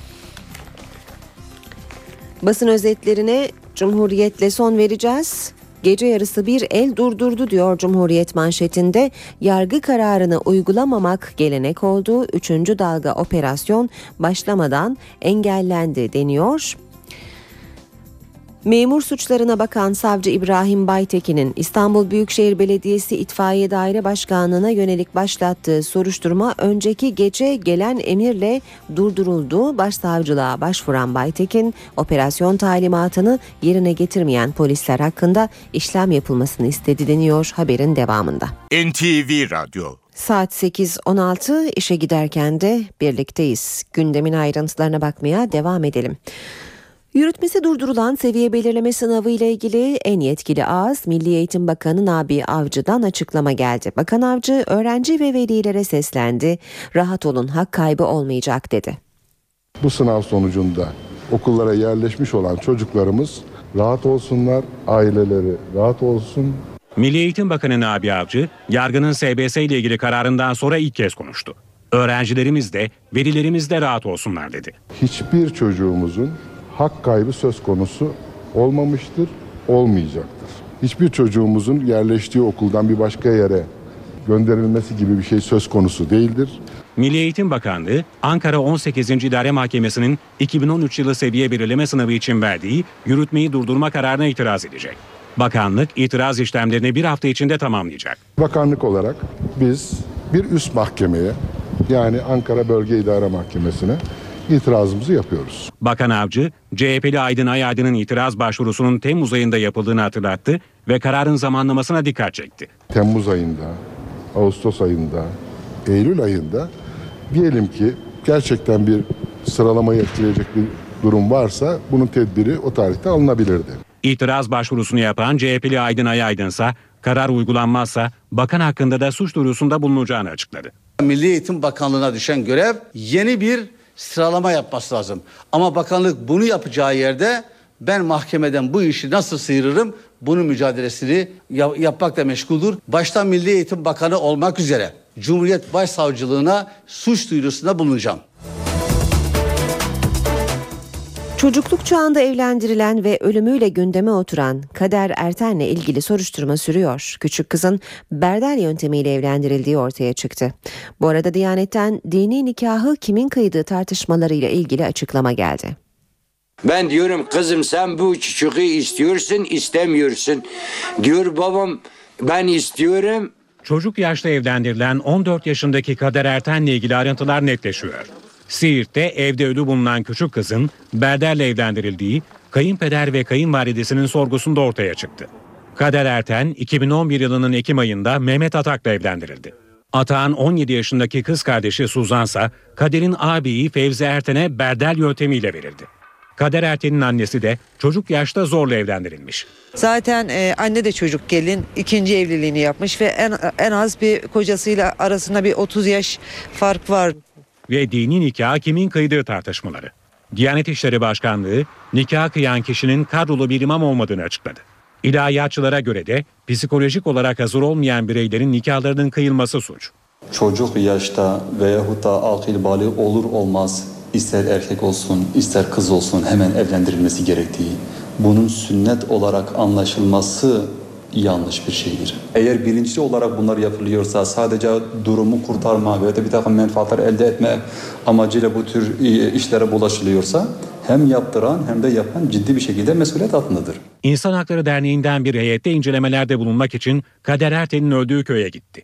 Basın özetlerine Cumhuriyet'le son vereceğiz. Gece yarısı bir el durdurdu diyor Cumhuriyet manşetinde. Yargı kararını uygulamamak gelenek oldu. 3. dalga operasyon başlamadan engellendi deniyor. Memur suçlarına bakan savcı İbrahim Baytekin'in İstanbul Büyükşehir Belediyesi İtfaiye Daire Başkanlığı'na yönelik başlattığı soruşturma önceki gece gelen emirle durduruldu. Başsavcılığa başvuran Baytekin, operasyon talimatını yerine getirmeyen polisler hakkında işlem yapılmasını istedi deniyor haberin devamında. NTV Radyo. Saat 8.16 işe giderken de birlikteyiz. Gündemin ayrıntılarına bakmaya devam edelim. Yürütmesi durdurulan seviye belirleme sınavı ile ilgili en yetkili ağız Milli Eğitim Bakanı Nabi Avcı'dan açıklama geldi. Bakan Avcı öğrenci ve velilere seslendi. Rahat olun, hak kaybı olmayacak dedi. Bu sınav sonucunda okullara yerleşmiş olan çocuklarımız rahat olsunlar, aileleri rahat olsun. Milli Eğitim Bakanı Nabi Avcı, yargının SBS ile ilgili kararından sonra ilk kez konuştu. Öğrencilerimiz de, velilerimiz de rahat olsunlar dedi. Hiçbir çocuğumuzun hak kaybı söz konusu olmamıştır, olmayacaktır. Hiçbir çocuğumuzun yerleştiği okuldan bir başka yere gönderilmesi gibi bir şey söz konusu değildir. Milli Eğitim Bakanlığı, Ankara 18. İdare Mahkemesi'nin 2013 yılı seviye belirleme sınavı için verdiği yürütmeyi durdurma kararına itiraz edecek. Bakanlık itiraz işlemlerini bir hafta içinde tamamlayacak. Bakanlık olarak biz bir üst mahkemeye, yani Ankara Bölge İdare Mahkemesi'ne itirazımızı yapıyoruz. Bakan Avcı, CHP'li Aydın Ayaydın'ın itiraz başvurusunun Temmuz ayında yapıldığını hatırlattı ve kararın zamanlamasına dikkat çekti. Temmuz ayında, Ağustos ayında, Eylül ayında diyelim ki gerçekten bir sıralamayı etkileyecek bir durum varsa bunun tedbiri o tarihte alınabilirdi. İtiraz başvurusunu yapan CHP'li Aydın Ayaydın ise karar uygulanmazsa bakan hakkında da suç duyurusunda bulunacağını açıkladı. Milli Eğitim Bakanlığı'na düşen görev yeni bir sıralama yapması lazım. Ama bakanlık bunu yapacağı yerde ben mahkemeden bu işi nasıl sıyırırım? Bunun mücadelesini yapmakla meşguldür. Başta Milli Eğitim Bakanı olmak üzere Cumhuriyet Başsavcılığına suç duyurusunda bulunacağım. Çocukluk çağında evlendirilen ve ölümüyle gündeme oturan Kader Erten'le ilgili soruşturma sürüyor. Küçük kızın berdel yöntemiyle evlendirildiği ortaya çıktı. Bu arada Diyanet'ten dini nikahı kimin kıydığı tartışmalarıyla ilgili açıklama geldi. Ben diyorum kızım sen bu çocuğu istiyorsun, istemiyorsun. Diyor babam ben istiyorum. Çocuk yaşta evlendirilen 14 yaşındaki Kader Erten'le ilgili ayrıntılar netleşiyor. Siirt'te evde ölü bulunan küçük kızın berdelle evlendirildiği kayınpeder ve kayınvalidesinin sorgusunda ortaya çıktı. Kader Erten 2011 yılının Ekim ayında Mehmet Atak'la evlendirildi. Atak'ın 17 yaşındaki kız kardeşi Suzan ise Kader'in ağabeyi Fevzi Erten'e berdel yöntemiyle verildi. Kader Erten'in annesi de çocuk yaşta zorla evlendirilmiş. Zaten anne de çocuk gelin ikinci evliliğini yapmış ve en az bir kocasıyla arasında bir 30 yaş fark var. Ve dini nikah kimin kıydığı tartışmaları. Diyanet İşleri Başkanlığı nikah kıyan kişinin kadrolu bir imam olmadığını açıkladı. İlahiyatçılara göre de psikolojik olarak hazır olmayan bireylerin nikahlarının kıyılması suç. Çocuk yaşta veyahut da akil bali olur olmaz ister erkek olsun ister kız olsun hemen evlendirilmesi gerektiği, bunun sünnet olarak anlaşılması yanlış bir şeydir. Eğer bilinçli olarak bunlar yapılıyorsa sadece durumu kurtarma veya da bir takım menfaatler elde etme amacıyla bu tür işlere bulaşılıyorsa hem yaptıran hem de yapan ciddi bir şekilde mesuliyet altındadır. İnsan Hakları Derneği'nden bir heyette incelemelerde bulunmak için Kader Erten'in öldüğü köye gitti.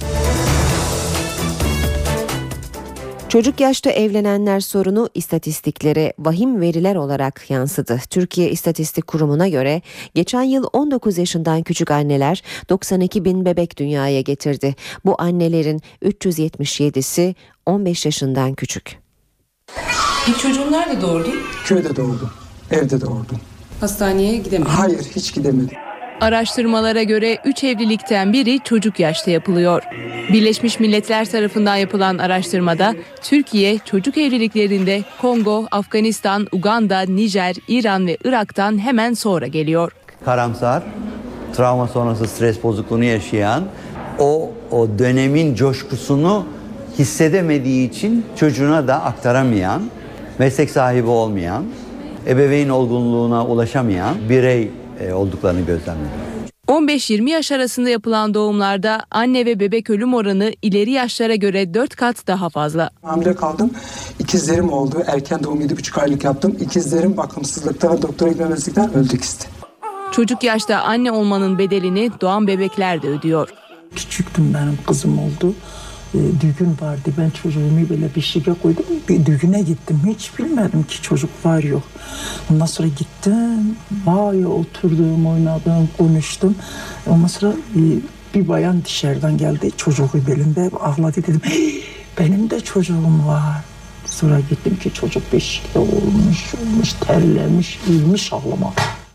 Çocuk yaşta evlenenler sorunu istatistiklere vahim veriler olarak yansıdı. Türkiye İstatistik Kurumu'na göre geçen yıl 19 yaşından küçük anneler 92 bin bebek dünyaya getirdi. Bu annelerin 377'si 15 yaşından küçük. İlk çocuğun nerede doğurdun? Köyde doğurdum, evde doğurdum. Hastaneye gidemedin? Hayır, hiç gidemedim. Araştırmalara göre 3 evlilikten biri çocuk yaşta yapılıyor. Birleşmiş Milletler tarafından yapılan araştırmada Türkiye çocuk evliliklerinde Kongo, Afganistan, Uganda, Nijer, İran ve Irak'tan hemen sonra geliyor. Karamsar, travma sonrası stres bozukluğunu yaşayan, o dönemin coşkusunu hissedemediği için çocuğuna da aktaramayan, meslek sahibi olmayan, ebeveyn olgunluğuna ulaşamayan birey olduklarını gözlemledim. 15-20 yaş arasında yapılan doğumlarda anne ve bebek ölüm oranı ileri yaşlara göre 4 kat daha fazla. Hamile kaldım. İkizlerim oldu. Erken doğum 7,5 aylık yaptım. İkizlerim bakımsızlıktan ve doktora gitmemezlikten öldü ikisi. Çocuk yaşta anne olmanın bedelini doğan bebekler de ödüyor. Küçüktüm, benim kızım oldu. Düğün vardı. Ben çocuğumu böyle bir şeye koydum. Bir düğüne gittim. Hiç bilmedim ki çocuk var yok. Ondan sonra gittim. Vay, oturdum, oynadım, konuştum. Ondan sonra bir bayan dışarıdan geldi. Çocuğu belinde ağladı, dedim. Benim de çocuğum var. Sonra gittim ki çocuk beşikte olmuş, terlemiş, ölmüş, ağlamak.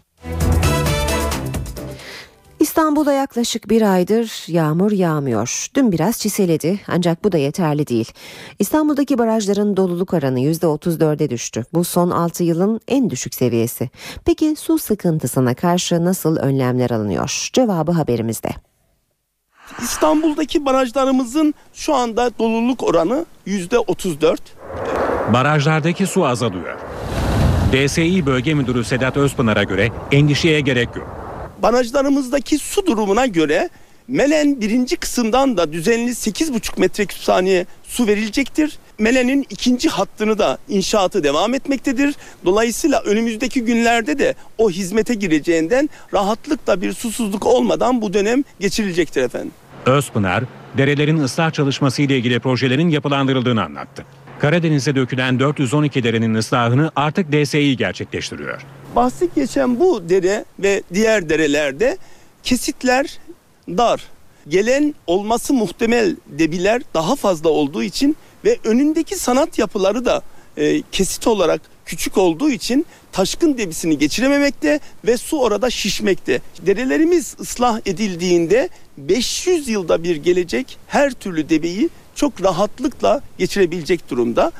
İstanbul'da yaklaşık bir aydır yağmur yağmıyor. Dün biraz çiseledi ancak bu da yeterli değil. İstanbul'daki barajların doluluk oranı %34'e düştü. Bu son 6 yılın en düşük seviyesi. Peki su sıkıntısına karşı nasıl önlemler alınıyor? Cevabı haberimizde. İstanbul'daki barajlarımızın şu anda doluluk oranı %34. Barajlardaki su azalıyor. DSİ Bölge Müdürü Sedat Özpınar'a göre endişeye gerek yok. Barajlarımızdaki su durumuna göre Melen 1. kısımdan da düzenli 8,5 metreküp saniye su verilecektir. Melen'in 2. hattını da inşaatı devam etmektedir. Dolayısıyla önümüzdeki günlerde de o hizmete gireceğinden rahatlıkla bir susuzluk olmadan bu dönem geçirilecektir efendim. Özpınar, derelerin ıslah çalışması ile ilgili projelerin yapılandırıldığını anlattı. Karadeniz'e dökülen 412 derenin ıslahını artık DSİ gerçekleştiriyor. Bahsi geçen bu dere ve diğer derelerde kesitler dar. Gelen olması muhtemel debiler daha fazla olduğu için ve önündeki sanat yapıları da kesit olarak küçük olduğu için taşkın debisini geçirememekte ve su orada şişmekte. Derelerimiz ıslah edildiğinde 500 yılda bir gelecek her türlü debeyi çok rahatlıkla geçirebilecek durumda.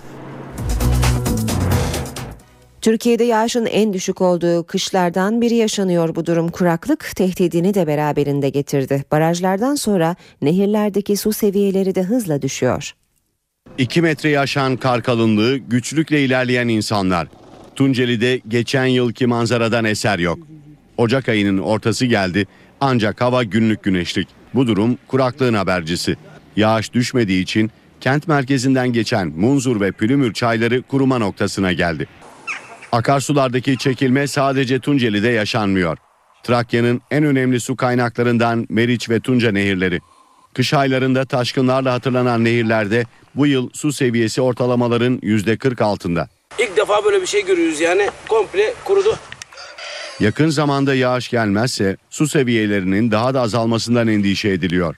Türkiye'de yağışın en düşük olduğu kışlardan biri yaşanıyor bu durum. Kuraklık tehdidini de beraberinde getirdi. Barajlardan sonra nehirlerdeki su seviyeleri de hızla düşüyor. 2 metreyi aşan kar kalınlığı, güçlükle ilerleyen insanlar. Tunceli'de geçen yılki manzaradan eser yok. Ocak ayının ortası geldi ancak hava günlük güneşlik. Bu durum kuraklığın habercisi. Yağış düşmediği için kent merkezinden geçen Munzur ve Pülümür çayları kuruma noktasına geldi. Akarsulardaki çekilme sadece Tunceli'de yaşanmıyor. Trakya'nın en önemli su kaynaklarından Meriç ve Tunca nehirleri. Kış aylarında taşkınlarla hatırlanan nehirlerde bu yıl su seviyesi ortalamaların %40 altında. İlk defa böyle bir şey görüyoruz, yani komple kurudu. Yakın zamanda yağış gelmezse su seviyelerinin daha da azalmasından endişe ediliyor.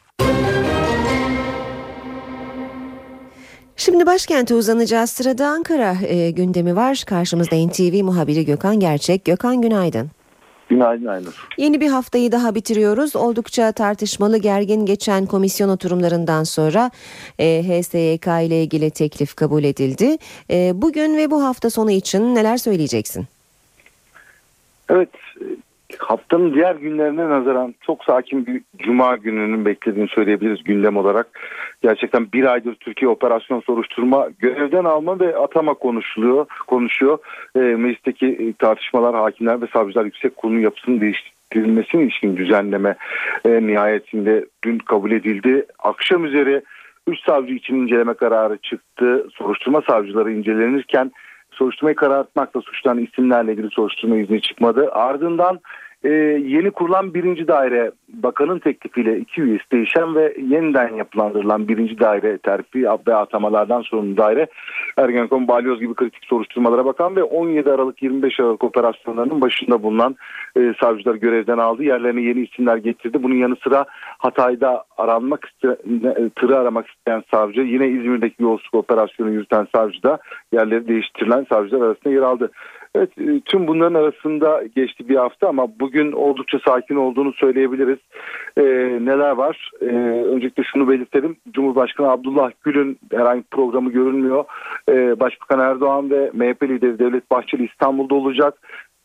Şimdi başkente uzanacağız. Sırada Ankara gündemi var. Karşımızda NTV muhabiri Gökhan Gerçek. Gökhan, günaydın. Günaydın Aynur. Yeni bir haftayı daha bitiriyoruz. Oldukça tartışmalı, gergin geçen komisyon oturumlarından sonra HSYK ile ilgili teklif kabul edildi. Bugün ve bu hafta sonu için neler söyleyeceksin? Evet, haftanın diğer günlerine nazaran çok sakin bir cuma gününün beklediğini söyleyebiliriz gündem olarak. Gerçekten bir aydır Türkiye operasyon soruşturma, görevden alma ve atama konuşuyor. Meclisteki tartışmalar, Hakimler ve Savcılar Yüksek Kurulu'nun yapısının değiştirilmesine ilişkin düzenleme nihayetinde dün kabul edildi. Akşam üzeri 3 savcı için inceleme kararı çıktı. Soruşturma savcıları incelenirken soruşturmayı karartmakla suçlanan isimlerle ilgili soruşturma izni çıkmadı. Ardından yeni kurulan 1. daire, bakanın teklifiyle 2 üyesi değişen ve yeniden yapılandırılan 1. daire terfi ve atamalardan sorumlu daire, Ergenekon, Balyoz gibi kritik soruşturmalara bakan ve 17 Aralık 25 Aralık operasyonlarının başında bulunan savcılar görevden aldı. Yerlerine yeni isimler getirdi. Bunun yanı sıra Hatay'da tırı aramak isteyen savcı, yine İzmir'deki yolsuzluk operasyonu yürüten savcı da yerleri değiştirilen savcılar arasında yer aldı. Evet, tüm bunların arasında geçti bir hafta ama bugün oldukça sakin olduğunu söyleyebiliriz. Neler var? Öncelikle şunu belirtelim. Cumhurbaşkanı Abdullah Gül'ün herhangi bir programı görünmüyor. Başbakan Erdoğan ve MHP lideri Devlet Bahçeli İstanbul'da olacak.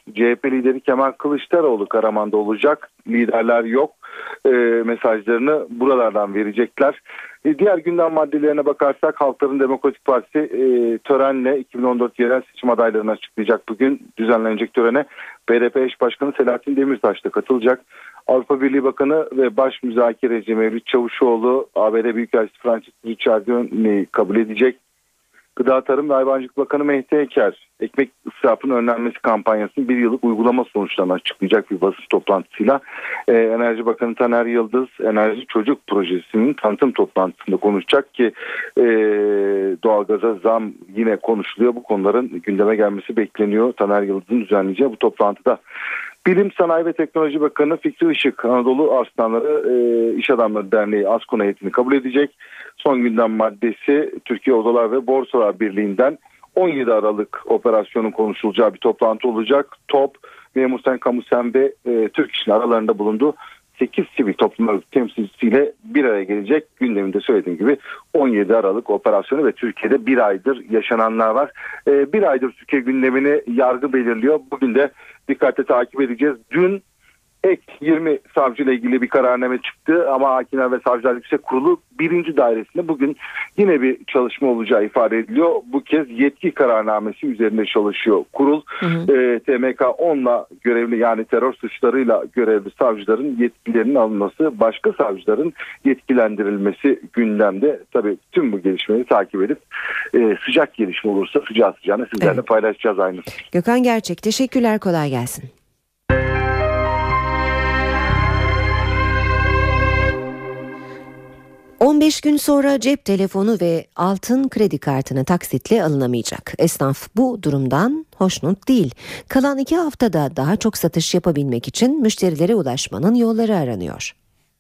CHP lideri Kemal Kılıçdaroğlu Karaman'da olacak. Liderler yok. Mesajlarını buralardan verecekler. Diğer gündem maddelerine bakarsak Halkların Demokratik Partisi törenle 2014 yerel seçim adaylarını açıklayacak. Bugün düzenlenecek törene BDP eş başkanı Selahattin Demirtaş da katılacak. Avrupa Birliği Bakanı ve Baş Müzakereci Mevlüt Çavuşoğlu ABD Büyükelçisi Francis Richard'ı kabul edecek. Gıda Tarım ve Hayvancılık Bakanı Mehdi Eker, ekmek israfının önlenmesi kampanyasının bir yıllık uygulama sonuçlarını açıklayacak bir basın toplantısıyla. Enerji Bakanı Taner Yıldız, Enerji Çocuk Projesi'nin tanıtım toplantısında konuşacak ki doğalgaza zam yine konuşuluyor. Bu konuların gündeme gelmesi bekleniyor. Taner Yıldız'ın düzenleyeceği bu toplantıda. Bilim, Sanayi ve Teknoloji Bakanı Fikri Işık, Anadolu Arslanları İş Adamları Derneği ASKON heyetini kabul edecek. Son gündem maddesi Türkiye Odalar ve Borsalar Birliği'nden 17 Aralık operasyonun konuşulacağı bir toplantı olacak. TOP, Memur-Sen, Kamu-Sen ve Türk İş'in aralarında bulunduğu 8 sivil toplum örgütü temsilcisiyle bir araya gelecek. Gündeminde söylediğim gibi 17 Aralık operasyonu ve Türkiye'de bir aydır yaşananlar var. Bir aydır Türkiye gündemini yargı belirliyor. Bugün de dikkatle takip edeceğiz. Dün ek 20 savcı ile ilgili bir kararname çıktı ama Hakimler ve Savcılar Yüksek Kurulu 1. dairesinde bugün yine bir çalışma olacağı ifade ediliyor. Bu kez yetki kararnamesi üzerinde çalışıyor kurul. TMK 10'la görevli, yani terör suçlarıyla görevli savcıların yetkilerinin alınması, başka savcıların yetkilendirilmesi gündemde. Tabii tüm bu gelişmeyi takip edip sıcak gelişme olursa sıcağı sıcağına sizlerle paylaşacağız aynı. Gökhan Gerçek, teşekkürler, kolay gelsin. 15 gün sonra cep telefonu ve altın kredi kartını taksitle alınamayacak. Esnaf bu durumdan hoşnut değil. Kalan 2 haftada daha çok satış yapabilmek için müşterilere ulaşmanın yolları aranıyor.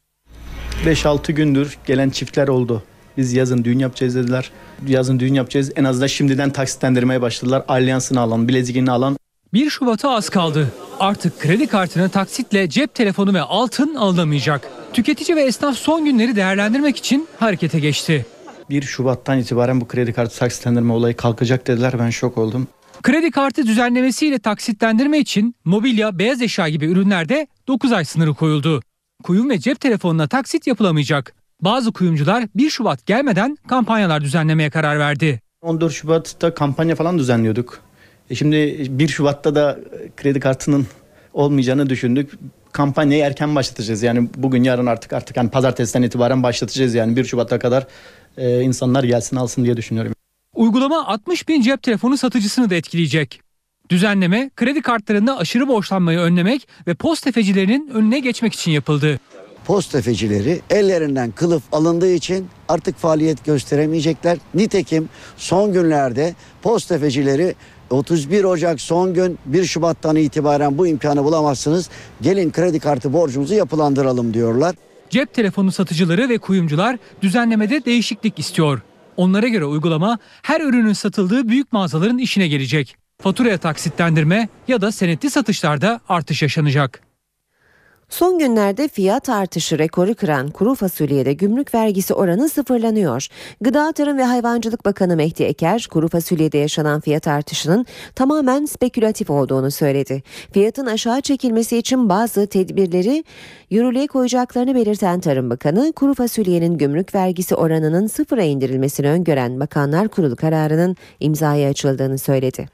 5-6 gündür gelen çiftler oldu. Biz yazın düğün yapacağız dediler. Yazın düğün yapacağız. En azından şimdiden taksitlendirmeye başladılar. Alyansını alan, bileziğini alan. 1 Şubat'a az kaldı. Artık kredi kartını taksitle cep telefonu ve altın alınamayacak. Tüketici ve esnaf son günleri değerlendirmek için harekete geçti. 1 Şubat'tan itibaren bu kredi kartı taksitlendirme olayı kalkacak dediler. Ben şok oldum. Kredi kartı düzenlemesiyle taksitlendirme için mobilya, beyaz eşya gibi ürünlerde 9 ay sınırı koyuldu. Kuyum ve cep telefonuna taksit yapılamayacak. Bazı kuyumcular 1 Şubat gelmeden kampanyalar düzenlemeye karar verdi. 14 Şubat'ta kampanya falan düzenliyorduk. Şimdi 1 Şubat'ta da kredi kartının olmayacağını düşündük. Kampanyayı erken başlatacağız. Yani bugün yarın artık yani pazartesiden itibaren başlatacağız. Yani 1 Şubat'a kadar insanlar gelsin alsın diye düşünüyorum. Uygulama 60 bin cep telefonu satıcısını da etkileyecek. Düzenleme kredi kartlarında aşırı borçlanmayı önlemek ve post tefecilerinin önüne geçmek için yapıldı. Post tefecileri ellerinden kılıf alındığı için artık faaliyet gösteremeyecekler. Nitekim son günlerde post tefecileri 31 Ocak son gün, 1 Şubat'tan itibaren bu imkanı bulamazsınız. Gelin kredi kartı borcumuzu yapılandıralım diyorlar. Cep telefonu satıcıları ve kuyumcular düzenlemede değişiklik istiyor. Onlara göre uygulama her ürünün satıldığı büyük mağazaların işine gelecek. Faturaya taksitlendirme ya da senetli satışlarda artış yaşanacak. Son günlerde fiyat artışı rekoru kıran kuru fasulyede gümrük vergisi oranı sıfırlanıyor. Gıda, Tarım ve Hayvancılık Bakanı Mehdi Eker, kuru fasulyede yaşanan fiyat artışının tamamen spekülatif olduğunu söyledi. Fiyatın aşağı çekilmesi için bazı tedbirleri yürürlüğe koyacaklarını belirten Tarım Bakanı, kuru fasulyenin gümrük vergisi oranının sıfıra indirilmesini öngören Bakanlar Kurulu kararının imzaya açıldığını söyledi.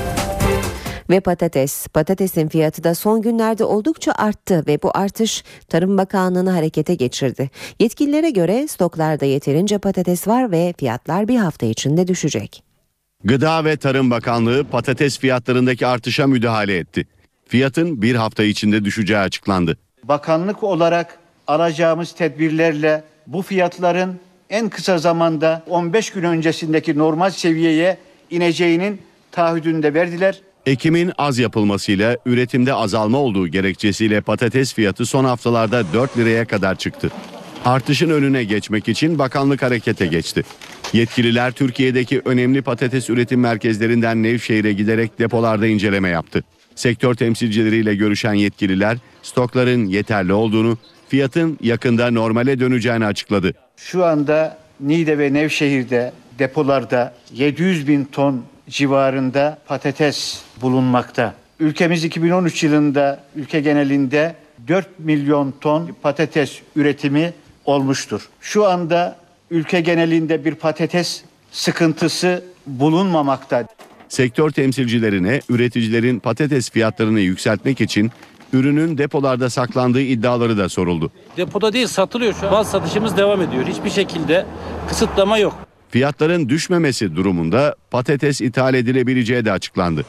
Ve patatesin fiyatı da son günlerde oldukça arttı ve bu artış Tarım Bakanlığı'nı harekete geçirdi. Yetkililere göre stoklarda yeterince patates var ve fiyatlar bir hafta içinde düşecek. Gıda ve Tarım Bakanlığı patates fiyatlarındaki artışa müdahale etti. Fiyatın bir hafta içinde düşeceği açıklandı. Bakanlık olarak alacağımız tedbirlerle bu fiyatların en kısa zamanda 15 gün öncesindeki normal seviyeye ineceğinin taahhüdünü de verdiler. Ekimin az yapılmasıyla üretimde azalma olduğu gerekçesiyle patates fiyatı son haftalarda 4 liraya kadar çıktı. Artışın önüne geçmek için bakanlık harekete geçti. Yetkililer Türkiye'deki önemli patates üretim merkezlerinden Nevşehir'e giderek depolarda inceleme yaptı. Sektör temsilcileriyle görüşen yetkililer stokların yeterli olduğunu, fiyatın yakında normale döneceğini açıkladı. Şu anda Niğde ve Nevşehir'de depolarda 700 bin ton civarında patates bulunmakta. ülkemiz 2013 yılında ülke genelinde 4 milyon ton patates üretimi olmuştur. Şu anda ülke genelinde bir patates sıkıntısı bulunmamakta. Sektör temsilcilerine üreticilerin patates fiyatlarını yükseltmek için ürünün depolarda saklandığı iddiaları da soruldu. Depoda değil, satılıyor şu an. Bazı satışımız devam ediyor. Hiçbir şekilde kısıtlama yok. Fiyatların düşmemesi durumunda patates ithal edilebileceği de açıklandı.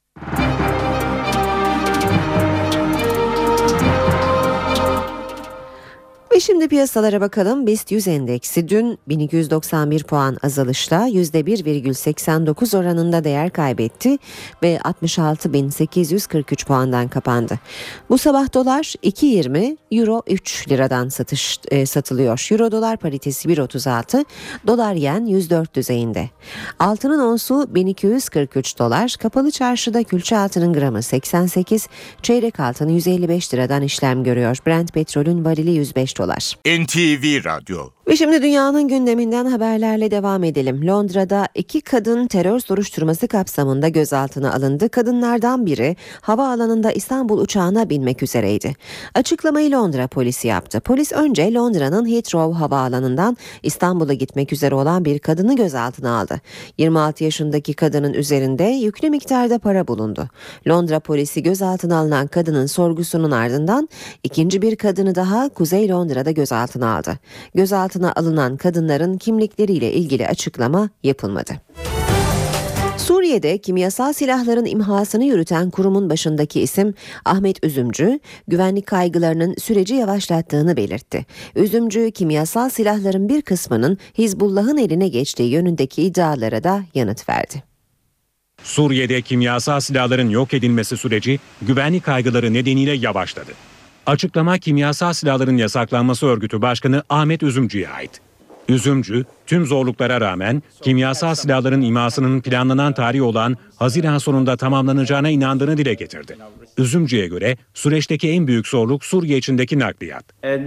Ve şimdi piyasalara bakalım. BIST 100 endeksi dün 1291 puan azalışla %1,89 oranında değer kaybetti ve 66.843 puandan kapandı. Bu sabah dolar 2.20, euro 3 liradan satılıyor. Euro dolar paritesi 1.36, dolar yen 104 düzeyinde. Altının onsu 1243 dolar, kapalı çarşıda külçe altının gramı 88, çeyrek altın 155 liradan işlem görüyor. Brent petrolün varili 105 dolar. NTV Radyo. Ve şimdi dünyanın gündeminden haberlerle devam edelim. Londra'da 2 kadın terör soruşturması kapsamında gözaltına alındı. Kadınlardan biri havaalanında İstanbul uçağına binmek üzereydi. Açıklamayı Londra polisi yaptı. Polis önce Londra'nın Heathrow havaalanından İstanbul'a gitmek üzere olan bir kadını gözaltına aldı. 26 yaşındaki kadının üzerinde yüklü miktarda para bulundu. Londra polisi gözaltına alınan kadının sorgusunun ardından ikinci bir kadını daha Kuzey Londra'da gözaltına aldı. Gözaltına alınan kadınların kimlikleriyle ilgili açıklama yapılmadı. Suriye'de kimyasal silahların imhasını yürüten kurumun başındaki isim Ahmet Üzümcü, güvenlik kaygılarının süreci yavaşlattığını belirtti. Üzümcü, kimyasal silahların bir kısmının Hizbullah'ın eline geçtiği yönündeki iddialara da yanıt verdi. Suriye'de kimyasal silahların yok edilmesi süreci güvenlik kaygıları nedeniyle yavaşladı. Açıklama Kimyasal Silahların Yasaklanması Örgütü Başkanı Ahmet Üzümcü'ye ait. Üzümcü, tüm zorluklara rağmen kimyasal silahların imhasının planlanan tarihi olan Haziran sonunda tamamlanacağına inandığını dile getirdi. Üzümcü'ye göre süreçteki en büyük zorluk Suriye içindeki nakliyat.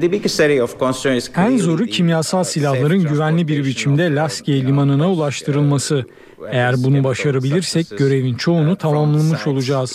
En zoru kimyasal silahların güvenli bir biçimde Laskiye limanına ulaştırılması. Eğer bunu başarabilirsek görevin çoğunu tamamlamış olacağız.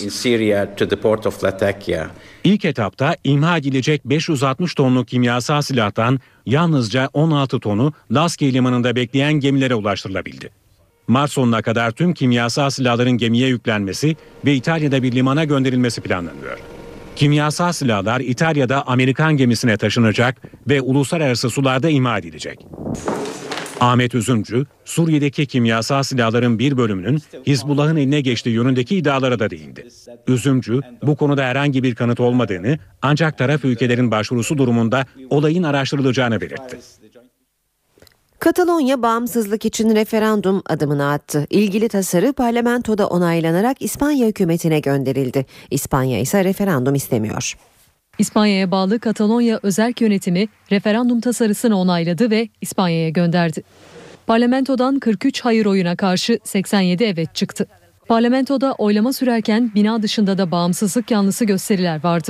İlk etapta imha edilecek 560 tonluk kimyasal silahtan yalnızca 16 tonu Laskiye limanında bekleyen gemilere ulaştırılabildi. Mart sonuna kadar tüm kimyasal silahların gemiye yüklenmesi ve İtalya'da bir limana gönderilmesi planlanıyor. Kimyasal silahlar İtalya'da Amerikan gemisine taşınacak ve uluslararası sularda imha edilecek. Ahmet Üzümcü, Suriye'deki kimyasal silahların bir bölümünün Hizbullah'ın eline geçtiği yönündeki iddialara da değindi. Üzümcü, bu konuda herhangi bir kanıt olmadığını, ancak taraf ülkelerin başvurusu durumunda olayın araştırılacağını belirtti. Katalonya bağımsızlık için referandum adımını attı. İlgili tasarı parlamentoda onaylanarak İspanya hükümetine gönderildi. İspanya ise referandum istemiyor. İspanya'ya bağlı Katalonya özerk yönetimi referandum tasarısını onayladı ve İspanya'ya gönderdi. Parlamentodan 43 hayır oyuna karşı 87 evet çıktı. Parlamentoda oylama sürerken bina dışında da bağımsızlık yanlısı gösteriler vardı.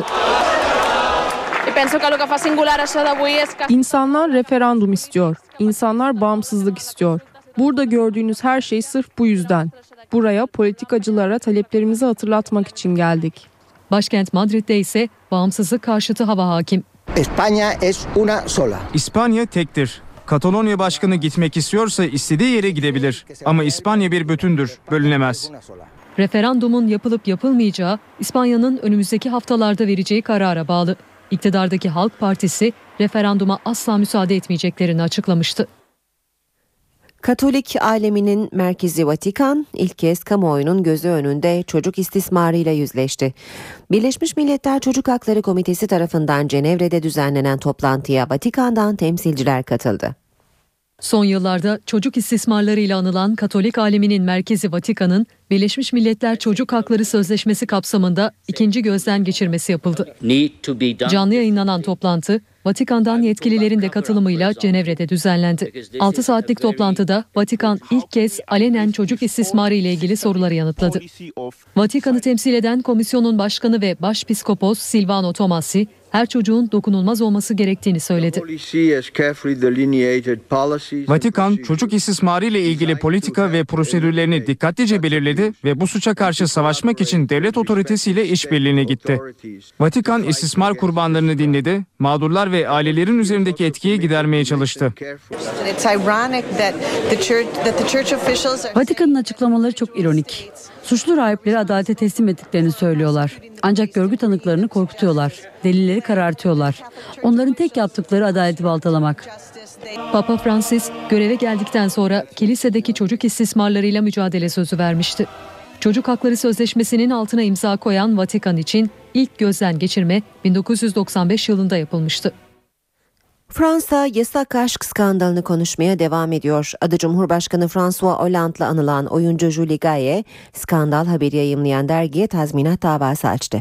İnsanlar referandum istiyor. İnsanlar bağımsızlık istiyor. Burada gördüğünüz her şey sırf bu yüzden. Buraya politikacılara taleplerimizi hatırlatmak için geldik. Başkent Madrid'de ise bağımsızlık karşıtı hava hakim. İspanya tektir. Katalonya başkanı gitmek istiyorsa istediği yere gidebilir. Ama İspanya bir bütündür, bölünemez. Referandumun yapılıp yapılmayacağı İspanya'nın önümüzdeki haftalarda vereceği karara bağlı. İktidardaki Halk Partisi referanduma asla müsaade etmeyeceklerini açıklamıştı. Katolik aleminin merkezi Vatikan ilk kez kamuoyunun gözü önünde çocuk istismarıyla yüzleşti. Birleşmiş Milletler Çocuk Hakları Komitesi tarafından Cenevre'de düzenlenen toplantıya Vatikan'dan temsilciler katıldı. Son yıllarda çocuk istismarlarıyla anılan Katolik aleminin merkezi Vatikan'ın Birleşmiş Milletler Çocuk Hakları Sözleşmesi kapsamında ikinci gözden geçirmesi yapıldı. Canlı yayınlanan toplantı Vatikan'dan yetkililerin de katılımıyla Cenevre'de düzenlendi. 6 saatlik toplantıda Vatikan ilk kez alenen çocuk istismarı ile ilgili soruları yanıtladı. Vatikan'ı temsil eden komisyonun başkanı ve başpiskopos Silvano Tomasi, her çocuğun dokunulmaz olması gerektiğini söyledi. Vatikan, çocuk istismarı ile ilgili politika ve prosedürlerini dikkatlice belirledi ve bu suça karşı savaşmak için devlet otoritesiyle işbirliğine gitti. Vatikan, istismar kurbanlarını dinledi, mağdurlar ve ailelerin üzerindeki etkiyi gidermeye çalıştı. Vatikan'ın açıklamaları çok ironik. Suçlu rahipleri adalete teslim ettiklerini söylüyorlar. Ancak görgü tanıklarını korkutuyorlar. Delilleri karartıyorlar. Onların tek yaptıkları adaleti baltalamak. Papa Francis göreve geldikten sonra kilisedeki çocuk istismarlarıyla mücadele sözü vermişti. Çocuk Hakları Sözleşmesi'nin altına imza koyan Vatikan için ilk gözden geçirme 1995 yılında yapılmıştı. Fransa yasak aşk skandalını konuşmaya devam ediyor. Adı Cumhurbaşkanı François Hollande'la anılan oyuncu Julie Gaye, skandal haberi yayımlayan dergiye tazminat davası açtı.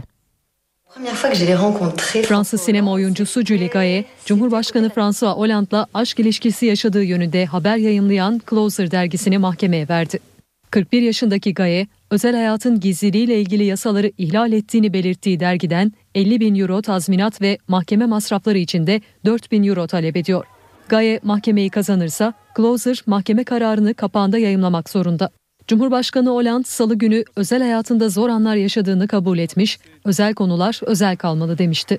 Fransız sinema oyuncusu Julie Gaye, Cumhurbaşkanı François Hollande'la aşk ilişkisi yaşadığı yönünde haber yayımlayan Closer dergisini mahkemeye verdi. 41 yaşındaki Gaye, özel hayatın gizliliğiyle ilgili yasaları ihlal ettiğini belirttiği dergiden 50.000 euro tazminat ve mahkeme masrafları için de 4.000 euro talep ediyor. Gaye mahkemeyi kazanırsa Closer mahkeme kararını kapağında yayımlamak zorunda. Cumhurbaşkanı Hollande salı günü özel hayatında zor anlar yaşadığını kabul etmiş, özel konular özel kalmalı demişti.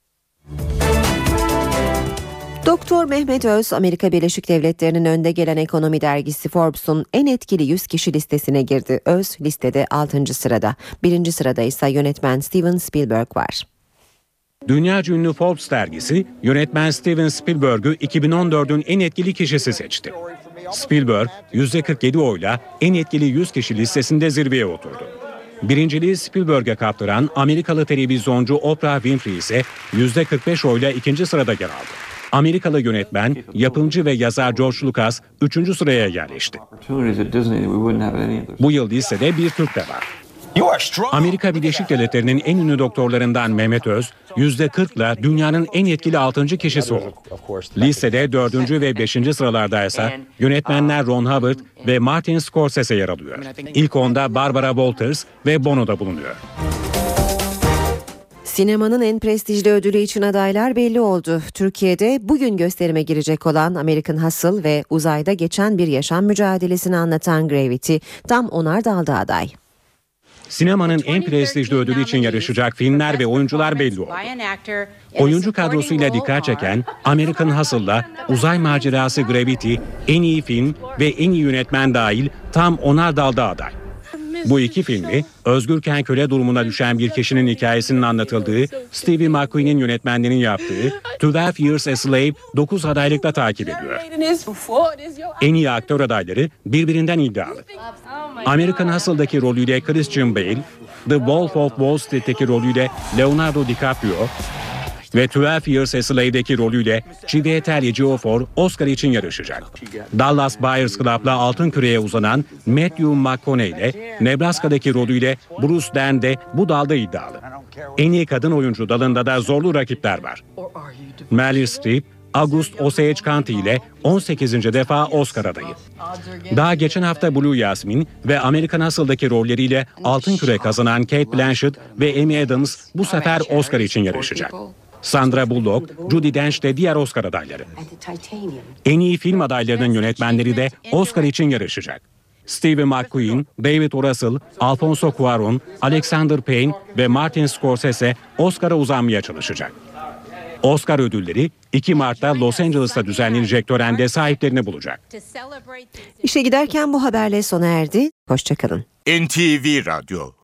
Doktor Mehmet Öz, Amerika Birleşik Devletleri'nin önde gelen ekonomi dergisi Forbes'un en etkili 100 kişi listesine girdi. Öz listede 6. sırada. 1. sırada ise yönetmen Steven Spielberg var. Dünyaca ünlü Forbes dergisi yönetmen Steven Spielberg'ü 2014'ün en etkili kişisi seçti. Spielberg %47 oyla en etkili 100 kişi listesinde zirveye oturdu. Birinciliği Spielberg'e kaptıran Amerikalı televizyoncu Oprah Winfrey ise %45 oyla 2. sırada yer aldı. Amerikalı yönetmen, yapımcı ve yazar George Lucas 3. sıraya yerleşti. Bu yıl listede bir Türk de var. Amerika Birleşik Devletleri'nin en ünlü doktorlarından Mehmet Öz, %40'la dünyanın en etkili 6. kişisi oldu. Listede 4. ve 5. sıralarda ise yönetmenler Ron Howard ve Martin Scorsese yer alıyor. İlk 10'da Barbara Walters ve Bono da bulunuyor. Sinemanın en prestijli ödülü için adaylar belli oldu. Türkiye'de bugün gösterime girecek olan American Hustle ve uzayda geçen bir yaşam mücadelesini anlatan Gravity tam 10'ar dalda aday. Sinemanın en prestijli ödülü için yarışacak filmler ve oyuncular belli oldu. Oyuncu kadrosuyla dikkat çeken American Hustle'la uzay macerası Gravity, en iyi film ve en iyi yönetmen dahil tam 10'ar dalda aday. Bu iki filmi özgürken köle durumuna düşen bir kişinin hikayesinin anlatıldığı Steve McQueen'in yönetmenliğinin yaptığı 12 Years a Slave 9 adaylıkla takip ediyor. En iyi aktör adayları birbirinden iddialı. American Hustle'daki rolüyle Christian Bale, The Wolf of Wall Street'teki rolüyle Leonardo DiCaprio ve 12 Years a Slave'deki rolüyle Chiwetel Ejiofor Oscar için yarışacak. Dallas Buyers Club'la altın küreye uzanan Matthew McConaughey ile Nebraska'daki rolüyle Bruce Dern de bu dalda iddialı. En iyi kadın oyuncu dalında da zorlu rakipler var. Meryl Streep, August Osage County ile 18. defa Oscar adayı. Daha geçen hafta Blue Jasmine ve American Hustle'daki rolleriyle altın küre kazanan Cate Blanchett ve Amy Adams bu sefer Oscar için yarışacak. Sandra Bullock, Judi Dench de diğer Oscar adayları. En iyi film adaylarının yönetmenleri de Oscar için yarışacak. Steve McQueen, David O. Russell, Alfonso Cuarón, Alexander Payne ve Martin Scorsese Oscar'a uzanmaya çalışacak. Oscar ödülleri 2 Mart'ta Los Angeles'ta düzenlenecek törende sahiplerini bulacak. İşe giderken bu haberle sona erdi. Hoşçakalın. NTV Radyo